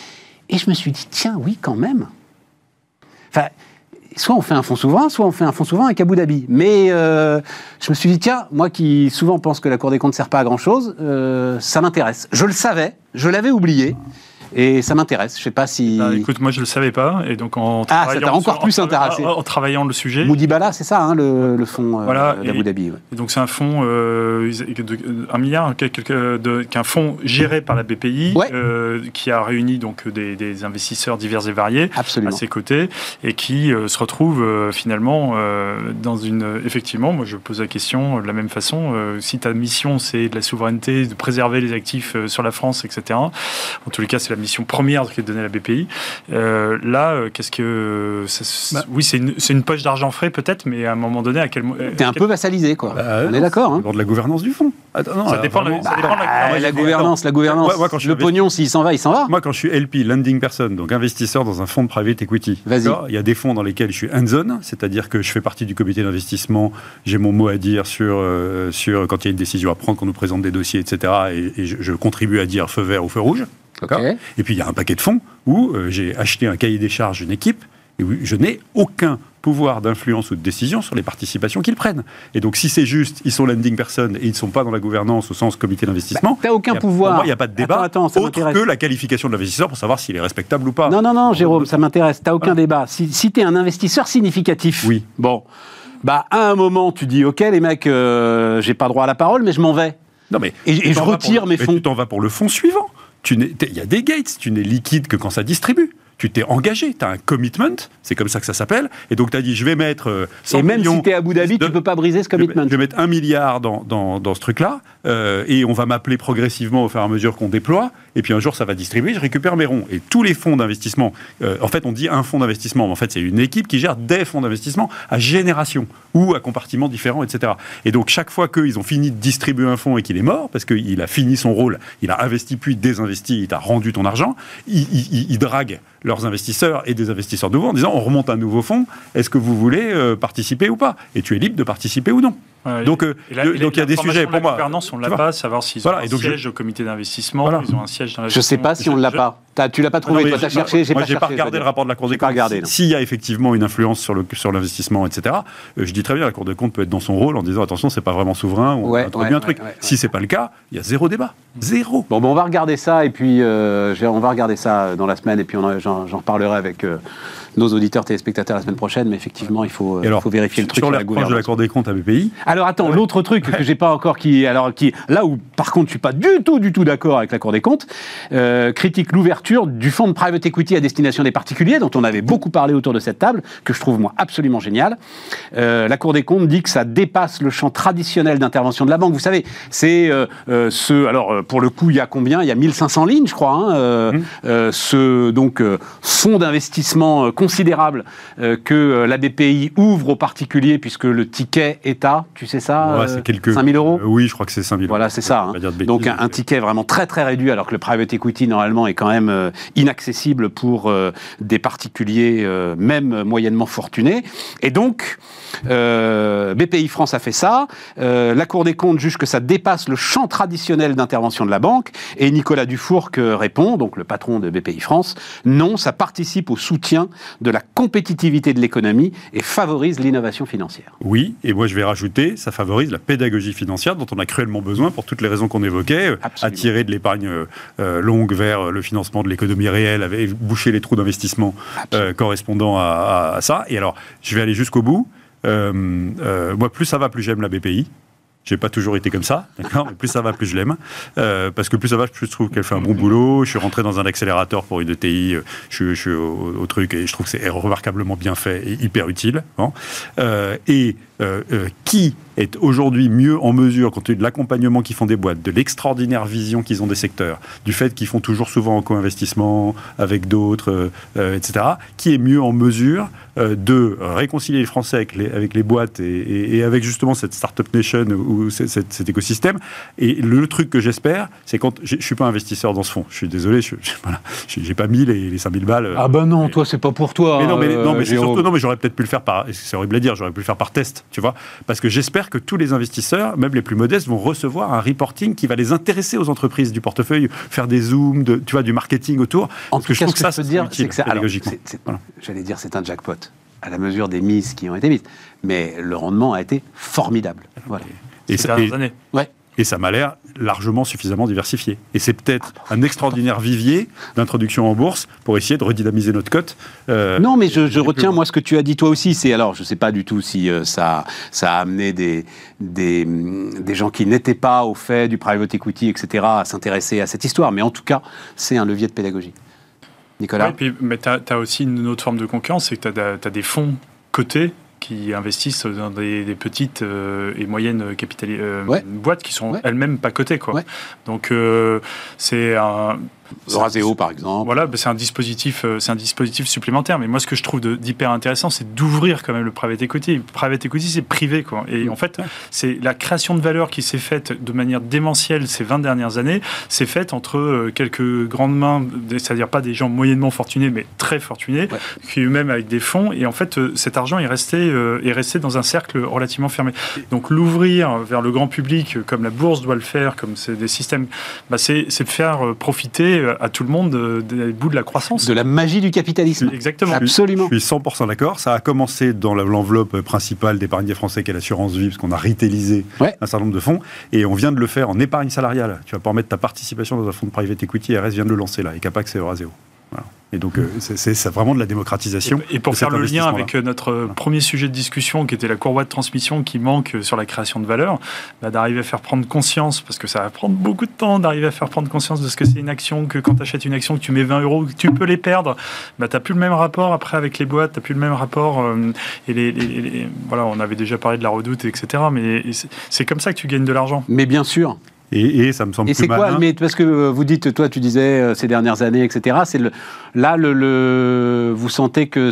Et je me suis dit, tiens, oui quand même. Enfin... Soit on fait un fonds souverain, soit on fait un fonds souverain avec Abu Dhabi. Mais euh, je me suis dit, tiens, moi qui souvent pense que la Cour des comptes ne sert pas à grand-chose, euh, ça m'intéresse. Je le savais, je l'avais oublié, et ça m'intéresse. Je ne sais pas si... Bah, écoute, moi je ne le savais pas, et donc en ah, ça t'a encore sur, plus en, intéressé. En, en, en travaillant le sujet... Moudibala, c'est ça, hein, le, le fonds euh, voilà, d'Abu et, Dhabi. Ouais. Et donc c'est un fonds, euh, de, un milliard, quelque, de, qu'un fonds géré par la B P I, ouais. euh, qui a réuni donc des, des investisseurs divers et variés Absolument. à ses côtés, et qui euh, se retrouve euh, finalement euh, dans une... Effectivement, moi je pose la question de la même façon, euh, si ta mission c'est de la souveraineté, de préserver les actifs euh, sur la France, et cetera. En tous les cas, c'est la mission première que donner la B P I. Euh, là, euh, qu'est-ce que... Ça, bah, oui, c'est une, c'est une poche d'argent frais peut-être, mais à un moment donné, à quel moment... T'es un quel... peu vassalisé, quoi. Bah, On non, est d'accord. Hein. De la gouvernance du fonds. Attends, non, ça, dépend vraiment, la, ça dépend de la, bah, la gouvernance. La gouvernance. Moi, moi, quand je le pognon, s'il s'en va, il s'en va. Moi, quand je suis L P, lending person, donc investisseur dans un fonds de private equity, il y a des fonds dans lesquels je suis hands-on, c'est-à-dire que je fais partie du comité d'investissement, j'ai mon mot à dire sur, euh, sur quand il y a une décision à prendre, qu'on nous présente des dossiers, et cetera. Et, et je, je contribue à dire feu vert ou feu rouge. Okay. Et puis il y a un paquet de fonds où euh, j'ai acheté un cahier des charges d'une équipe et où je n'ai aucun pouvoir d'influence ou de décision sur les participations qu'ils prennent. Et donc si c'est juste, ils sont lending person et ils ne sont pas dans la gouvernance au sens comité d'investissement, bah, t'as aucun y a, pouvoir. Pour moi, il n'y a pas de débat attends, attends, autre que la qualification de l'investisseur pour savoir s'il est respectable ou pas. Non, non, non, Jérôme, ça m'intéresse. T'as aucun ah. débat. Si, si tu es un investisseur significatif, oui. bon, bah à un moment tu dis, ok les mecs, euh, j'ai pas droit à la parole, mais je m'en vais. Non, mais et, et je retire le, mes fonds. Tu t'en vas pour le fonds suivant. Il y a des gates, tu n'es liquide que quand ça distribue. Tu t'es engagé, tu as un commitment, c'est comme ça que ça s'appelle, et donc tu as dit je vais mettre cent millions... Et même millions si tu es à Abu Dhabi, de... tu ne peux pas briser ce commitment. Je vais mettre un milliard dans, dans, dans ce truc-là, euh, et on va m'appeler progressivement au fur et à mesure qu'on déploie, et puis un jour ça va distribuer, je récupère mes ronds. Et tous les fonds d'investissement, euh, en fait on dit un fonds d'investissement, mais en fait c'est une équipe qui gère des fonds d'investissement à génération, ou à compartiments différents, et cetera. Et donc chaque fois qu'ils ont fini de distribuer un fonds et qu'il est mort, parce qu'il a fini son rôle, il a investi puis désinvesti, il t'a rendu ton argent, il, il, il drague leurs investisseurs et des investisseurs nouveaux en disant on remonte un nouveau fonds, est-ce que vous voulez euh, participer ou pas ? Et tu es libre de participer ou non. Ouais, donc euh, et la, le, donc il y a des sujets pour moi. La gouvernance, on ne l'a pas, savoir s'ils voilà, ont un donc siège je... au comité d'investissement, voilà. ils ont un siège dans la Je ne sais pas si on ne l'a pas. T'as, tu l'as pas trouvé, non, toi, tu as cherché, j'ai moi, pas j'ai cherché. pas regardé le rapport de la Cour des comptes. S'il y a effectivement une influence sur, le, sur l'investissement, et cetera, euh, je dis très bien, la Cour des comptes peut être dans son rôle en disant attention, c'est pas vraiment souverain, on ouais, introduit ouais, un truc. Ouais, ouais, si c'est pas le cas, il y a zéro débat. Zéro. Bon, bon, on va regarder ça, et puis euh, on va regarder ça dans la semaine, et puis on, j'en, j'en reparlerai avec euh, nos auditeurs téléspectateurs la semaine prochaine, mais effectivement, il faut, euh, alors, faut vérifier le truc sur, sur la, la gouvernance. de la Cour des comptes à B P I. Alors attends, ouais. l'autre truc que j'ai pas encore, qui, alors, qui, là où par contre je suis pas du tout, du tout d'accord avec la Cour des comptes, euh, critique l'ouverture du fonds de private equity à destination des particuliers, dont on avait beaucoup parlé autour de cette table, que je trouve moi absolument génial. Euh, la Cour des comptes dit que ça dépasse le champ traditionnel d'intervention de la banque. Vous savez, c'est euh, euh, ce, alors pour le coup, il y a combien ? Il y a mille cinq cents lignes, je crois. Hein, euh, mmh. euh, ce donc euh, fonds d'investissement euh, considérable euh, que euh, la B P I ouvre aux particuliers, puisque le ticket est à, tu sais ça, ouais, c'est quelques... cinq mille euros. Euh, oui, je crois que c'est cinq mille euros. Voilà, c'est ça. Hein. Bêtises, donc un, un ticket vraiment très très réduit, alors que le private equity normalement est quand même euh, inaccessible pour euh, des particuliers, euh, même moyennement fortunés. Et donc, euh, B P I France a fait ça. Euh, la Cour des comptes juge que ça dépasse le champ traditionnel d'intervention de la banque. Et Nicolas Dufourcq répond, donc le patron de B P I France, non, ça participe au soutien de la compétitivité de l'économie et favorise l'innovation financière. Oui, et moi je vais rajouter, et ça favorise la pédagogie financière dont on a cruellement besoin pour toutes les raisons qu'on évoquait, euh, attirer de l'épargne euh, longue vers le financement de l'économie réelle, et boucher les trous d'investissement euh, correspondant à, à, à ça. Et alors, je vais aller jusqu'au bout. Euh, euh, moi, plus ça va, plus j'aime la B P I. J'ai pas toujours été comme ça, d'accord, mais plus ça va, plus je l'aime. Euh, parce que plus ça va, plus je trouve qu'elle fait un bon boulot. Je suis rentré dans un accélérateur pour une E T I, je, je suis au, au truc et je trouve que c'est remarquablement bien fait et hyper utile. Hein. Euh, et euh, euh, qui est aujourd'hui mieux en mesure, compte tenu de l'accompagnement qu'ils font des boîtes, de l'extraordinaire vision qu'ils ont des secteurs, du fait qu'ils font toujours souvent en co-investissement avec d'autres, euh, et cetera, qui est mieux en mesure euh, de réconcilier les Français avec les, avec les boîtes et, et, et avec justement cette Startup Nation ou cet, cet écosystème. Et le truc que j'espère, c'est quand... Je ne suis pas investisseur dans ce fonds. Je suis désolé, je n'ai voilà, pas mis les, les cinq mille balles. Ah ben non, toi, c'est pas pour toi. Mais non, mais, euh, non, mais, surtout, non, mais j'aurais peut-être pu le faire par... C'est horrible à dire, j'aurais pu le faire par test, tu vois. Parce que j'espère que tous les investisseurs, même les plus modestes, vont recevoir un reporting qui va les intéresser aux entreprises du portefeuille, faire des zooms, de, tu vois, du marketing autour. En tout cas, ce que, que je peux dire, c'est que ça, alors, c'est, c'est, voilà. J'allais dire, c'est un jackpot à la mesure des mises qui ont été mises, mais le rendement a été formidable. Voilà. Et ces dernières années. Ouais. Et ça m'a l'air largement suffisamment diversifié. Et c'est peut-être un extraordinaire vivier d'introduction en bourse pour essayer de redynamiser notre cote. Euh, non, mais je, je retiens, moi, ce que tu as dit toi aussi. C'est, alors, je ne sais pas du tout si euh, ça, ça a amené des, des, des gens qui n'étaient pas au fait du private equity, et cetera, à s'intéresser à cette histoire. Mais en tout cas, c'est un levier de pédagogie. Nicolas ? Oui, puis, mais tu as aussi une autre forme de concurrence, c'est que tu as des fonds cotés qui investissent dans des, des petites euh, et moyennes capitali- euh, ouais. boîtes qui sont ouais. elles-mêmes pas cotées, quoi. Ouais. Donc euh, c'est un Razeo, par exemple. Voilà, bah c'est un dispositif, euh, c'est un dispositif supplémentaire. Mais moi, ce que je trouve de, d'hyper intéressant, c'est d'ouvrir quand même le private equity. Le private equity, c'est privé, quoi. Et mmh. en fait, ouais. c'est la création de valeur qui s'est faite de manière démentielle ces vingt dernières années. C'est faite entre euh, quelques grandes mains, c'est-à-dire pas des gens moyennement fortunés, mais très fortunés, ouais. qui eux-mêmes avec des fonds. Et en fait, euh, cet argent est resté, euh, est resté dans un cercle relativement fermé. Donc, l'ouvrir vers le grand public, comme la bourse doit le faire, comme c'est des systèmes, bah, c'est, c'est de faire euh, profiter à tout le monde euh, des bouts de la croissance. De la magie du capitalisme. Exactement. Absolument. Je suis cent pour cent d'accord. Ça a commencé dans la, l'enveloppe principale d'épargne des Français, qui est l'assurance vie, parce qu'on a retailisé ouais. un certain nombre de fonds. Et on vient de le faire en épargne salariale. Tu vas pouvoir mettre ta participation dans un fonds de private equity. R S vient de le lancer là. Et Capax et Euraseo. Voilà. Et donc, euh, c'est, c'est, c'est vraiment de la démocratisation. Et, et pour faire le lien avec notre voilà. premier sujet de discussion, qui était la courroie de transmission qui manque sur la création de valeur, bah, d'arriver à faire prendre conscience, parce que ça va prendre beaucoup de temps, d'arriver à faire prendre conscience de ce que c'est une action, que quand tu achètes une action, que tu mets vingt euros, que tu peux les perdre, bah, tu n'as plus le même rapport après avec les boîtes, tu n'as plus le même rapport. Euh, et les, les, les, voilà, on avait déjà parlé de la redoute, et cetera. Mais c'est, c'est comme ça que tu gagnes de l'argent. Mais bien sûr. Et, et ça me semble et plus malin. Et c'est quoi, mais parce que vous dites, toi tu disais euh, ces dernières années, et cetera. C'est le, là, le, le, vous sentez que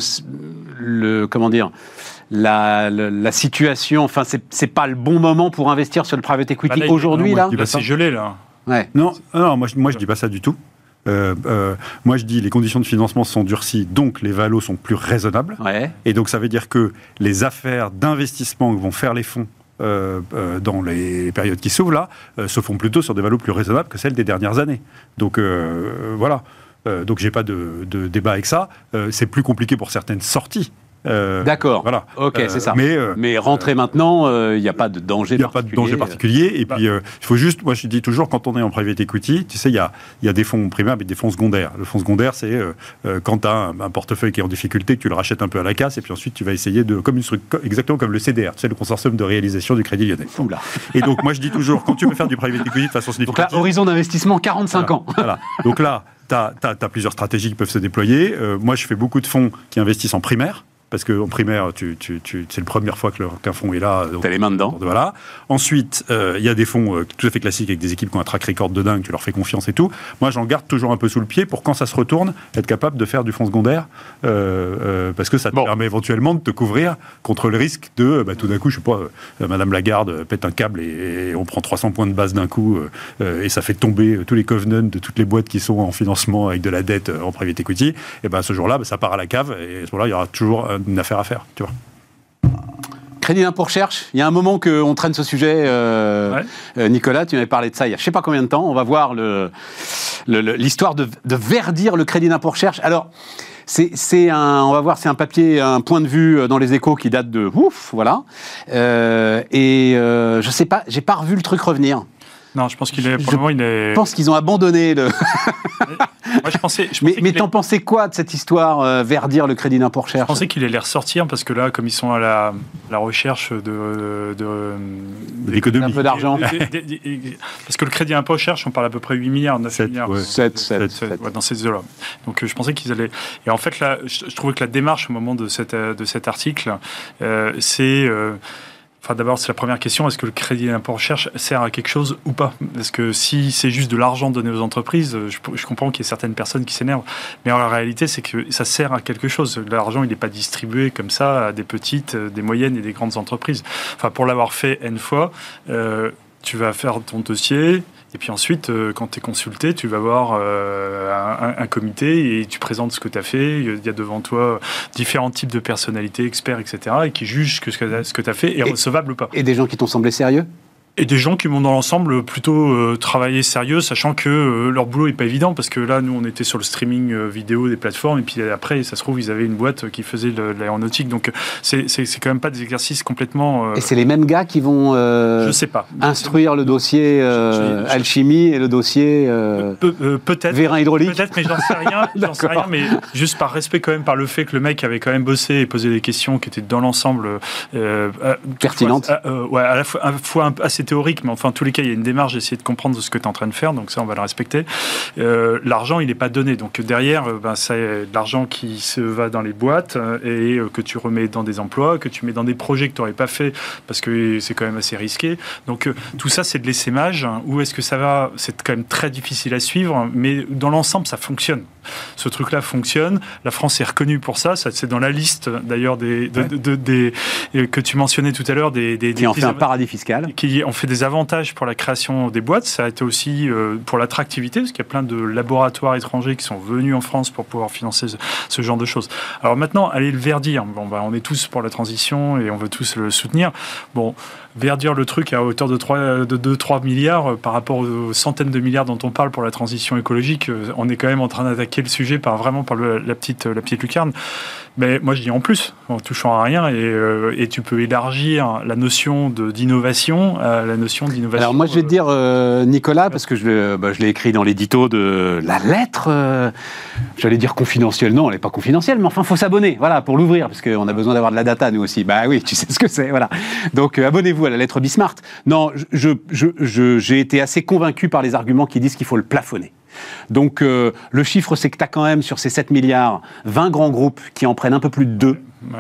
le, comment dire, la, la, la situation, enfin, c'est, c'est pas le bon moment pour investir sur le private equity bah là, aujourd'hui, là. Là, c'est gelé, là. Ouais. Non, non, moi, moi je dis pas ça du tout. Euh, euh, moi je dis les conditions de financement sont durcies, donc les valos sont plus raisonnables. Ouais. Et donc ça veut dire que les affaires d'investissement que vont faire les fonds Euh, euh, dans les périodes qui s'ouvrent là, euh, se font plutôt sur des valos plus raisonnables que celles des dernières années. Donc euh, voilà. Euh, donc j'ai pas de, de débat avec ça. Euh, c'est plus compliqué pour certaines sorties. Euh, D'accord. Voilà. Ok, euh, c'est ça. Mais, euh, mais rentrer euh, maintenant, il euh, n'y a pas de danger particulier. Il n'y a pas de danger particulier. Et bah. puis, il euh, faut juste, moi je dis toujours, quand on est en private equity, tu sais, il y a, y a des fonds primaires et des fonds secondaires. Le fonds secondaire, c'est euh, euh, quand tu as un, un portefeuille qui est en difficulté, que tu le rachètes un peu à la casse, et puis ensuite tu vas essayer de, comme une structure, exactement comme le C D R, tu sais, le consortium de réalisation du Crédit Lyonnais. Oula. Et donc, moi je dis toujours, quand tu veux faire du private equity de façon significative. Donc là, horizon d'investissement quarante-cinq voilà, ans. Voilà. Donc là, tu as plusieurs stratégies qui peuvent se déployer. Euh, moi, je fais beaucoup de fonds qui investissent en primaire. Parce qu'en primaire, tu, tu, tu, c'est la première fois que le, qu'un fonds est là. T'as les mains dedans. Voilà. Ensuite, il euh, y a des fonds euh, tout à fait classiques avec des équipes qui ont un track record de dingue, tu leur fais confiance et tout. Moi, j'en garde toujours un peu sous le pied pour quand ça se retourne, être capable de faire du fonds secondaire, euh, euh, parce que ça te bon. permet éventuellement de te couvrir contre le risque de, bah, tout d'un coup, je sais pas, euh, Madame Lagarde pète un câble et, et on prend trois cents points de base d'un coup euh, et ça fait tomber tous les covenants de toutes les boîtes qui sont en financement avec de la dette euh, en private equity. Et ben, ce jour-là, bah, ça part à la cave et à ce moment-là, il y aura toujours une affaire à faire, tu vois. Crédit d'impôt recherche, il y a un moment qu'on traîne ce sujet, euh, ouais. euh, Nicolas, tu m'avais parlé de ça il y a je ne sais pas combien de temps, on va voir le, le, le, l'histoire de, de verdir le crédit d'impôt recherche. Alors, c'est, c'est un, on va voir, c'est un papier, un point de vue dans les Échos qui date de ouf, voilà. Euh, et euh, je sais pas, j'ai pas revu le truc revenir. Non, je pense qu'il est. Pour le moment, il est. Je pense qu'ils ont abandonné le. Moi, je pensais. Je mais pensais mais qu'il t'en est... pensais quoi de cette histoire, euh, Verdir le crédit d'impôt recherche? Je pensais qu'il allait ressortir parce que là, comme ils sont à la, la recherche de. de, de l'économie. Un peu d'argent. De, de, de, de, parce que le crédit d'impôt recherche, on parle à peu près huit milliards, neuf milliards. Ouais. sept, sept, sept, ouais, dans ces eaux-là. Donc, euh, je pensais qu'ils allaient. Et en fait, là, je, je trouvais que la démarche au moment de, cette, de cet article, euh, c'est. Euh, Enfin, d'abord, c'est la première question. Est-ce que le crédit d'impôt recherche sert à quelque chose ou pas? Parce que si c'est juste de l'argent donné aux entreprises, je, je comprends qu'il y ait certaines personnes qui s'énervent. Mais en réalité, c'est que ça sert à quelque chose. L'argent, il n'est pas distribué comme ça à des petites, des moyennes et des grandes entreprises. Enfin, pour l'avoir fait N fois, euh, tu vas faire ton dossier. Et puis ensuite, euh, quand tu es consulté, tu vas voir euh, un, un comité et tu présentes ce que tu as fait. Il y a devant toi différents types de personnalités, experts, et cetera, et qui jugent que ce que tu as fait est et, recevable ou pas. Et des gens qui t'ont semblé sérieux? Et des gens qui m'ont dans l'ensemble plutôt euh, travaillé sérieux, sachant que euh, leur boulot n'est pas évident, parce que là, nous, on était sur le streaming euh, vidéo des plateformes, et puis après, ça se trouve, ils avaient une boîte qui faisait de l'aéronautique. Donc, c'est, c'est, c'est quand même pas des exercices complètement... Euh... Et c'est les mêmes gars qui vont euh, je sais pas. instruire le dossier euh, je, je, alchimie et le dossier euh, Pe- euh, peut-être, vérin hydraulique? Peut-être, mais j'en sais rien. j'en sais rien, mais juste par respect quand même, par le fait que le mec avait quand même bossé et posé des questions qui étaient dans l'ensemble... Euh, pertinentes. Fois, euh, ouais, à la fois, à la fois assez théoriques, mais enfin, en tous les cas, il y a une démarche d'essayer de comprendre ce que tu es en train de faire, donc ça, on va le respecter. Euh, l'argent, il n'est pas donné. Donc derrière, ben, c'est de l'argent qui se va dans les boîtes et euh, que tu remets dans des emplois, que tu mets dans des projets que tu n'aurais pas fait parce que c'est quand même assez risqué. Donc euh, tout ça, c'est de l'essaimage. Où est-ce que ça va? C'est quand même très difficile à suivre, mais dans l'ensemble, ça fonctionne. Ce truc-là fonctionne. La France est reconnue pour ça. Ça, c'est dans la liste, d'ailleurs, des, de, ouais. de, de, des, que tu mentionnais tout à l'heure. Des, des, qui en fait des, un paradis fiscal. Qui ont fait des avantages pour la création des boîtes. Ça a été aussi euh, pour l'attractivité, parce qu'il y a plein de laboratoires étrangers qui sont venus en France pour pouvoir financer ce, ce genre de choses. Alors maintenant, allez le verdir. Bon, bah, on est tous pour la transition et on veut tous le soutenir. Bon, verdir le truc à hauteur de deux à trois milliards euh, par rapport aux centaines de milliards dont on parle pour la transition écologique, euh, on est quand même en train d'attaquer le sujet par vraiment par le, la, petite, la petite lucarne. Mais moi, je dis en plus, en touchant à rien, et, euh, et tu peux élargir la notion de, d'innovation à la notion d'innovation. Alors moi, je vais te dire, euh, Nicolas, parce que je, bah, je l'ai écrit dans l'édito de la lettre, euh, j'allais dire confidentielle, non, elle n'est pas confidentielle, mais enfin, il faut s'abonner, voilà, pour l'ouvrir, parce qu'on a besoin d'avoir de la data, nous aussi. Bah oui, tu sais ce que c'est, voilà. Donc, euh, abonnez-vous à la lettre Bismart. Non, je, je, je, j'ai été assez convaincu par les arguments qui disent qu'il faut le plafonner. Donc, euh, le chiffre, c'est que tu as quand même, sur ces sept milliards, vingt grands groupes qui en prennent un peu plus de deux. Ouais.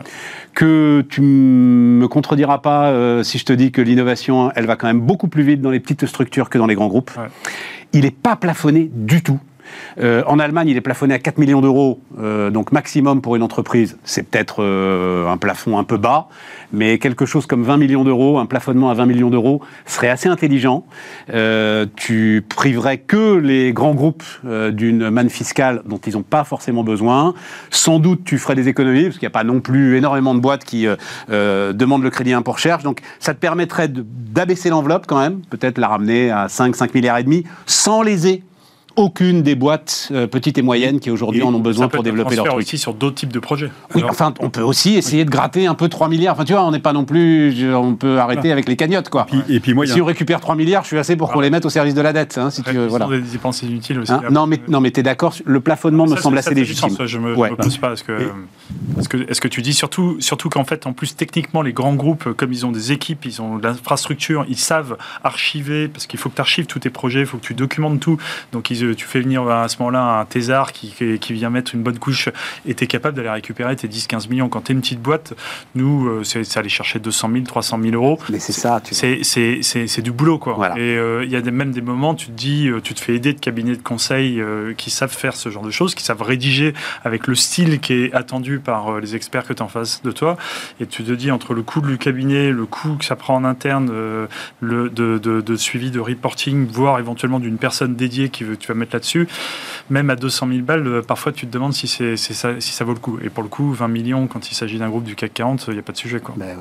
Que tu me contrediras pas euh, si je te dis que l'innovation, elle va quand même beaucoup plus vite dans les petites structures que dans les grands groupes. Ouais. Il n'est pas plafonné du tout. Euh, en Allemagne, il est plafonné à quatre millions d'euros, euh, donc maximum pour une entreprise. C'est peut-être euh, un plafond un peu bas, mais quelque chose comme vingt millions d'euros, un plafonnement à vingt millions d'euros serait assez intelligent. Euh, tu priverais que les grands groupes euh, d'une manne fiscale dont ils n'ont pas forcément besoin. Sans doute, tu ferais des économies, parce qu'il n'y a pas non plus énormément de boîtes qui euh, euh, demandent le crédit impôt recherche. Donc, ça te permettrait de, d'abaisser l'enveloppe quand même, peut-être la ramener à cinq, cinq milliards et demi, sans léser aucune des boîtes euh, petites et moyennes qui aujourd'hui et en ont besoin pour développer leur truc. Aussi sur d'autres types de projets. Oui, alors, enfin, on peut aussi essayer oui. de gratter un peu trois milliards. Enfin, tu vois, on n'est pas non plus, on peut arrêter voilà. avec les cagnottes, quoi. Et puis, et puis moi, si on récupère trois milliards, je suis assez pour voilà. qu'on les mette au service de la dette, hein, si tu veux, voilà. Des dépenses inutiles aussi. Hein non, mais non, mais t'es d'accord. Le plafonnement ça, me semble assez légitime. Sens, je me, ouais. me pose pas. Est-ce que, est-ce que, est-ce que tu dis surtout, surtout qu'en fait, en plus techniquement, les grands groupes, comme ils ont des équipes, ils ont de l'infrastructure, ils savent archiver, parce qu'il faut que tu archives tous tes projets, il faut que tu documentes tout. Donc, ils, tu fais venir à ce moment-là un thésard qui, qui vient mettre une bonne couche et tu es capable d'aller récupérer tes dix à quinze millions. Quand tu es une petite boîte, nous, c'est, c'est aller chercher deux cent mille, trois cent mille euros. Mais c'est ça. Tu c'est, c'est, c'est, c'est du boulot, quoi. Voilà. Et il euh, y a des, même des moments, tu te dis, tu te fais aider de cabinets de conseil euh, qui savent faire ce genre de choses, qui savent rédiger avec le style qui est attendu par euh, les experts que tu as en face de toi. Et tu te dis, entre le coût du cabinet, le coût que ça prend en interne, euh, le, de, de, de suivi, de reporting, voire éventuellement d'une personne dédiée qui veut, tu vas mettre là-dessus, même à deux cent mille balles, euh, parfois tu te demandes si, c'est, c'est ça, si ça vaut le coup. Et pour le coup, vingt millions, quand il s'agit d'un groupe du C A C quarante, il n'y a pas de sujet, quoi. Ben ouais.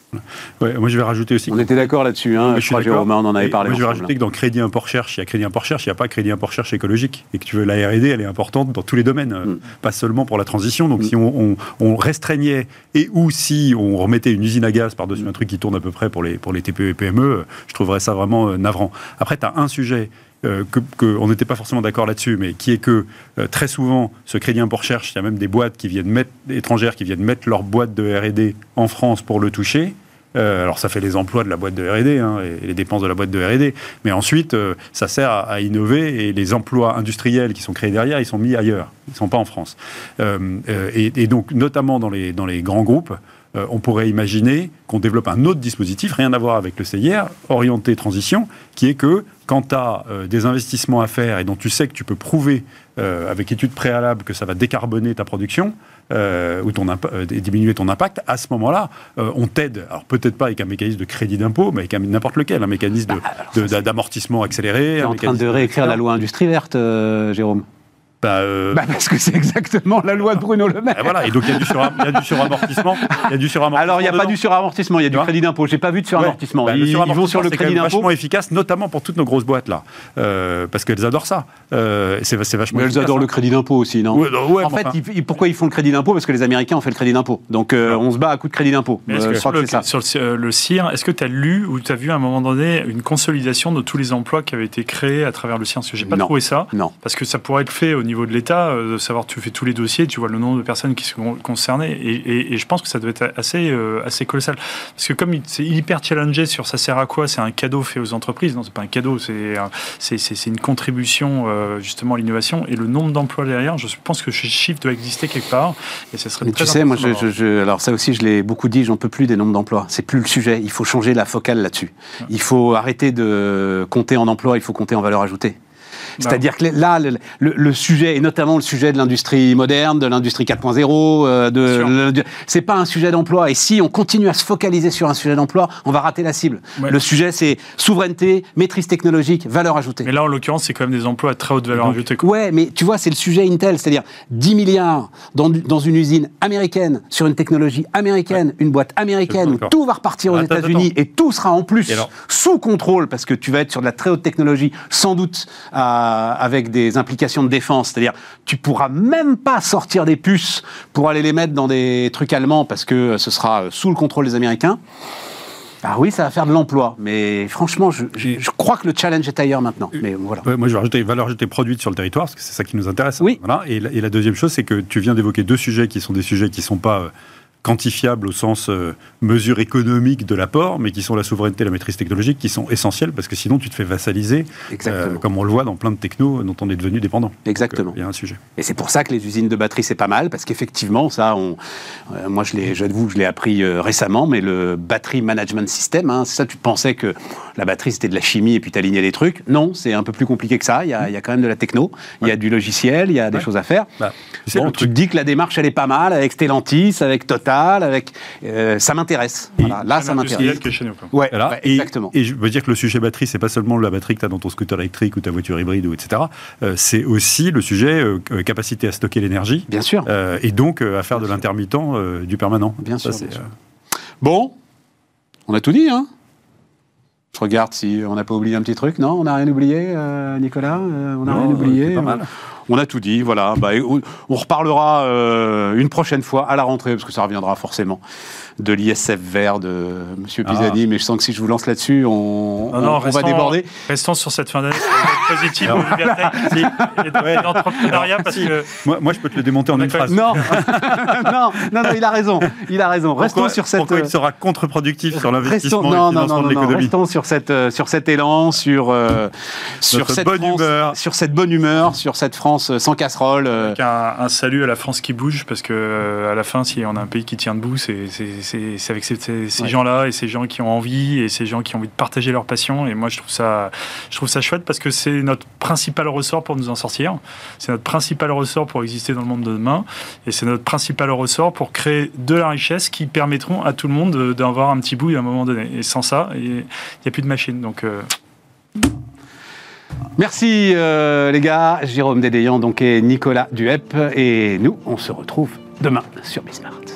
Ouais, moi, je vais rajouter aussi... On était d'accord là-dessus, hein, je, je crois, Jérôme, on en avait parlé. Moi, je vais rajouter là. que dans crédit import-recherche, il y a crédit import-recherche, il n'y a pas crédit import-recherche écologique. Et que tu veux, la R et D, elle est importante dans tous les domaines, mm. pas seulement pour la transition. Donc, mm. si on, on, on restreignait et ou si on remettait une usine à gaz par-dessus mm. un truc qui tourne à peu près pour les, pour les T P E et P M E, je trouverais ça vraiment euh, navrant. Après, tu as un sujet... Euh, que, que on n'était pas forcément d'accord là-dessus, mais qui est que euh, très souvent, ce crédit import-recherche, il y a même des boîtes qui viennent mettre, étrangères qui viennent mettre leur boîte de R et D en France pour le toucher. Euh, alors ça fait les emplois de la boîte de R et D hein, et les dépenses de la boîte de R et D, mais ensuite euh, ça sert à, à innover et les emplois industriels qui sont créés derrière, ils sont mis ailleurs, ils ne sont pas en France. Euh, euh, et, et donc notamment dans les, dans les grands groupes, Euh, on pourrait imaginer qu'on développe un autre dispositif, rien à voir avec le C I R, orienté transition, qui est que quand tu as euh, des investissements à faire et dont tu sais que tu peux prouver euh, avec études préalables que ça va décarboner ta production euh, ou ton imp- euh, diminuer ton impact, à ce moment-là, euh, on t'aide. Alors peut-être pas avec un mécanisme de crédit d'impôt, mais avec un, n'importe lequel, un mécanisme bah, de, de, d'amortissement accéléré. Tu es en train de réécrire la loi industrie verte, euh, Jérôme. Bah, euh... bah parce que c'est exactement la loi de Bruno Le Maire. Et voilà, et donc il y a du, suram- y a du suramortissement. Il y a du suramortissement. Alors il n'y a dedans. pas du suramortissement, il y a du crédit d'impôt. J'ai pas vu de suramortissement. Ouais, bah, ils, le suramortissement, ils vont sur le c'est crédit quand même d'impôt. Vachement efficace, notamment pour toutes nos grosses boîtes là, euh, parce qu'elles adorent ça. Euh, c'est, c'est vachement. Mais elles efficace, adorent hein. le crédit d'impôt aussi, non? Ouais, ouais, En enfin. fait, ils, pourquoi ils font le crédit d'impôt? Parce que les Américains ont fait le crédit d'impôt. Donc euh, on se bat à coup de crédit d'impôt. Mais est-ce Euh, que je crois sur, que c'est le, ça. sur le, le C I R, est-ce que tu as lu ou tu as vu à un moment donné une consolidation de tous les emplois qui avaient été créés à travers le C I R? Parce que j'ai pas Non. trouvé ça. Non. Parce que ça pourrait être fait au niveau de l'État, euh, de savoir tu fais tous les dossiers, tu vois le nombre de personnes qui sont concernées, et, et, et je pense que ça doit être assez, euh, assez colossal. Parce que comme il, c'est hyper challengé sur ça sert à quoi, c'est un cadeau fait aux entreprises, non, c'est pas un cadeau, c'est, c'est, c'est, c'est une contribution euh, justement à l'innovation, et le nombre d'emplois derrière, je pense que ce chiffre doit exister quelque part, et ça serait Mais très tu sais, moi, je, important je, je, alors ça aussi, je l'ai beaucoup dit, j'en peux plus des nombres d'emplois. C'est plus le sujet. Il faut changer la focale là-dessus. Ouais. Il faut arrêter de compter en emploi, il faut compter en valeur ajoutée. C'est-à-dire que là, le, le, le sujet, et notamment le sujet de l'industrie moderne, de l'industrie quatre point zéro, euh, de, le, de, c'est pas un sujet d'emploi. Et si on continue à se focaliser sur un sujet d'emploi, on va rater la cible. Ouais. Le sujet, c'est souveraineté, maîtrise technologique, valeur ajoutée. Mais là, en l'occurrence, c'est quand même des emplois à très haute valeur Donc, ajoutée. Quoi. Ouais, mais tu vois, c'est le sujet Intel, c'est-à-dire dix milliards dans, dans une usine américaine, sur une technologie américaine, ouais. une boîte américaine, où tout va repartir aux attends, États-Unis attends. et tout sera en plus sous contrôle, parce que tu vas être sur de la très haute technologie, sans doute à avec des implications de défense, c'est-à-dire tu pourras même pas sortir des puces pour aller les mettre dans des trucs allemands parce que ce sera sous le contrôle des Américains. Ah oui, ça va faire de l'emploi, mais franchement, je, je, je crois que le challenge est ailleurs maintenant. Mais voilà. Ouais, moi, je vais rajouter valeur ajoutée produite sur le territoire, parce que c'est ça qui nous intéresse. Oui. Voilà. Et, la, et la deuxième chose, c'est que tu viens d'évoquer deux sujets qui sont des sujets qui ne sont pas euh, quantifiables au sens euh, mesure économique de l'apport, mais qui sont la souveraineté et la maîtrise technologique, qui sont essentielles, parce que sinon tu te fais vassaliser, euh, comme on le voit dans plein de technos dont on est devenu dépendant. Exactement. Il y a un sujet. Et c'est pour ça que les usines de batterie, c'est pas mal, parce qu'effectivement, ça, on, euh, moi je l'ai, j'avoue, je l'ai appris euh, récemment, mais le Battery Management System, hein, c'est ça, tu pensais que la batterie c'était de la chimie et puis t'alignais les trucs. Non, c'est un peu plus compliqué que ça. Il y a, il y a quand même de la techno, il ouais. y a du logiciel, il y a des ouais. choses à faire. Bah, tu, sais, bon, tu te dis que la démarche, elle est pas mal, avec Stellantis, avec Total, avec... Euh, ça m'intéresse. Voilà. Là, ça m'intéresse. Ouais, voilà. ouais, exactement. Et, et je veux dire que le sujet batterie, c'est pas seulement la batterie que tu as dans ton scooter électrique ou ta voiture hybride, ou et cetera. Euh, c'est aussi le sujet euh, capacité à stocker l'énergie. Bien sûr. Euh, et donc euh, à faire bien de sûr. l'intermittent euh, du permanent. Bien sûr. Ça, bien sûr. Euh... Bon, on a tout dit, hein. Je regarde si on n'a pas oublié un petit truc. Non, on n'a rien oublié, euh, Nicolas. Euh, on n'a rien oublié. Pas mal. On a tout dit, voilà. Bah, on reparlera euh, une prochaine fois à la rentrée, parce que ça reviendra forcément, de l'I S F vert de M. Pisani. Ah. Mais je sens que si je vous lance là-dessus, on, non, non, on, restons, on va déborder. Restons sur cette fin d'année positive au Vivatech et de l'entrepreneuriat. Parce que moi, moi, je peux te le démonter en une phrase. Non. non, non, non, il a raison. Il a raison. Restons pourquoi, sur cette. Pourquoi il sera contre-productif sur l'investissement restons, et non, le financement non, non, de l'économie. Non, restons sur cette, euh, sur cet élan, sur euh, sur cette bonne France, humeur, sur cette bonne humeur, sur cette France sans casserole. Euh... Avec un, un salut à la France qui bouge, parce que euh, à la fin, si on a un pays qui tient debout, c'est, c'est, c'est, c'est avec ces, ces, ces ouais. gens-là et ces gens qui ont envie et ces gens qui ont envie de partager leur passion. Et moi, je trouve ça, je trouve ça chouette parce que c'est notre principal ressort pour nous en sortir. C'est notre principal ressort pour exister dans le monde de demain. Et c'est notre principal ressort pour créer de la richesse qui permettront à tout le monde d'avoir un petit bout à un moment donné. Et sans ça, il n'y a plus de machine. Donc... Euh... Merci euh, les gars, Jérôme Dédéian donc et Nicolas Duhep, et nous on se retrouve demain sur Bismart.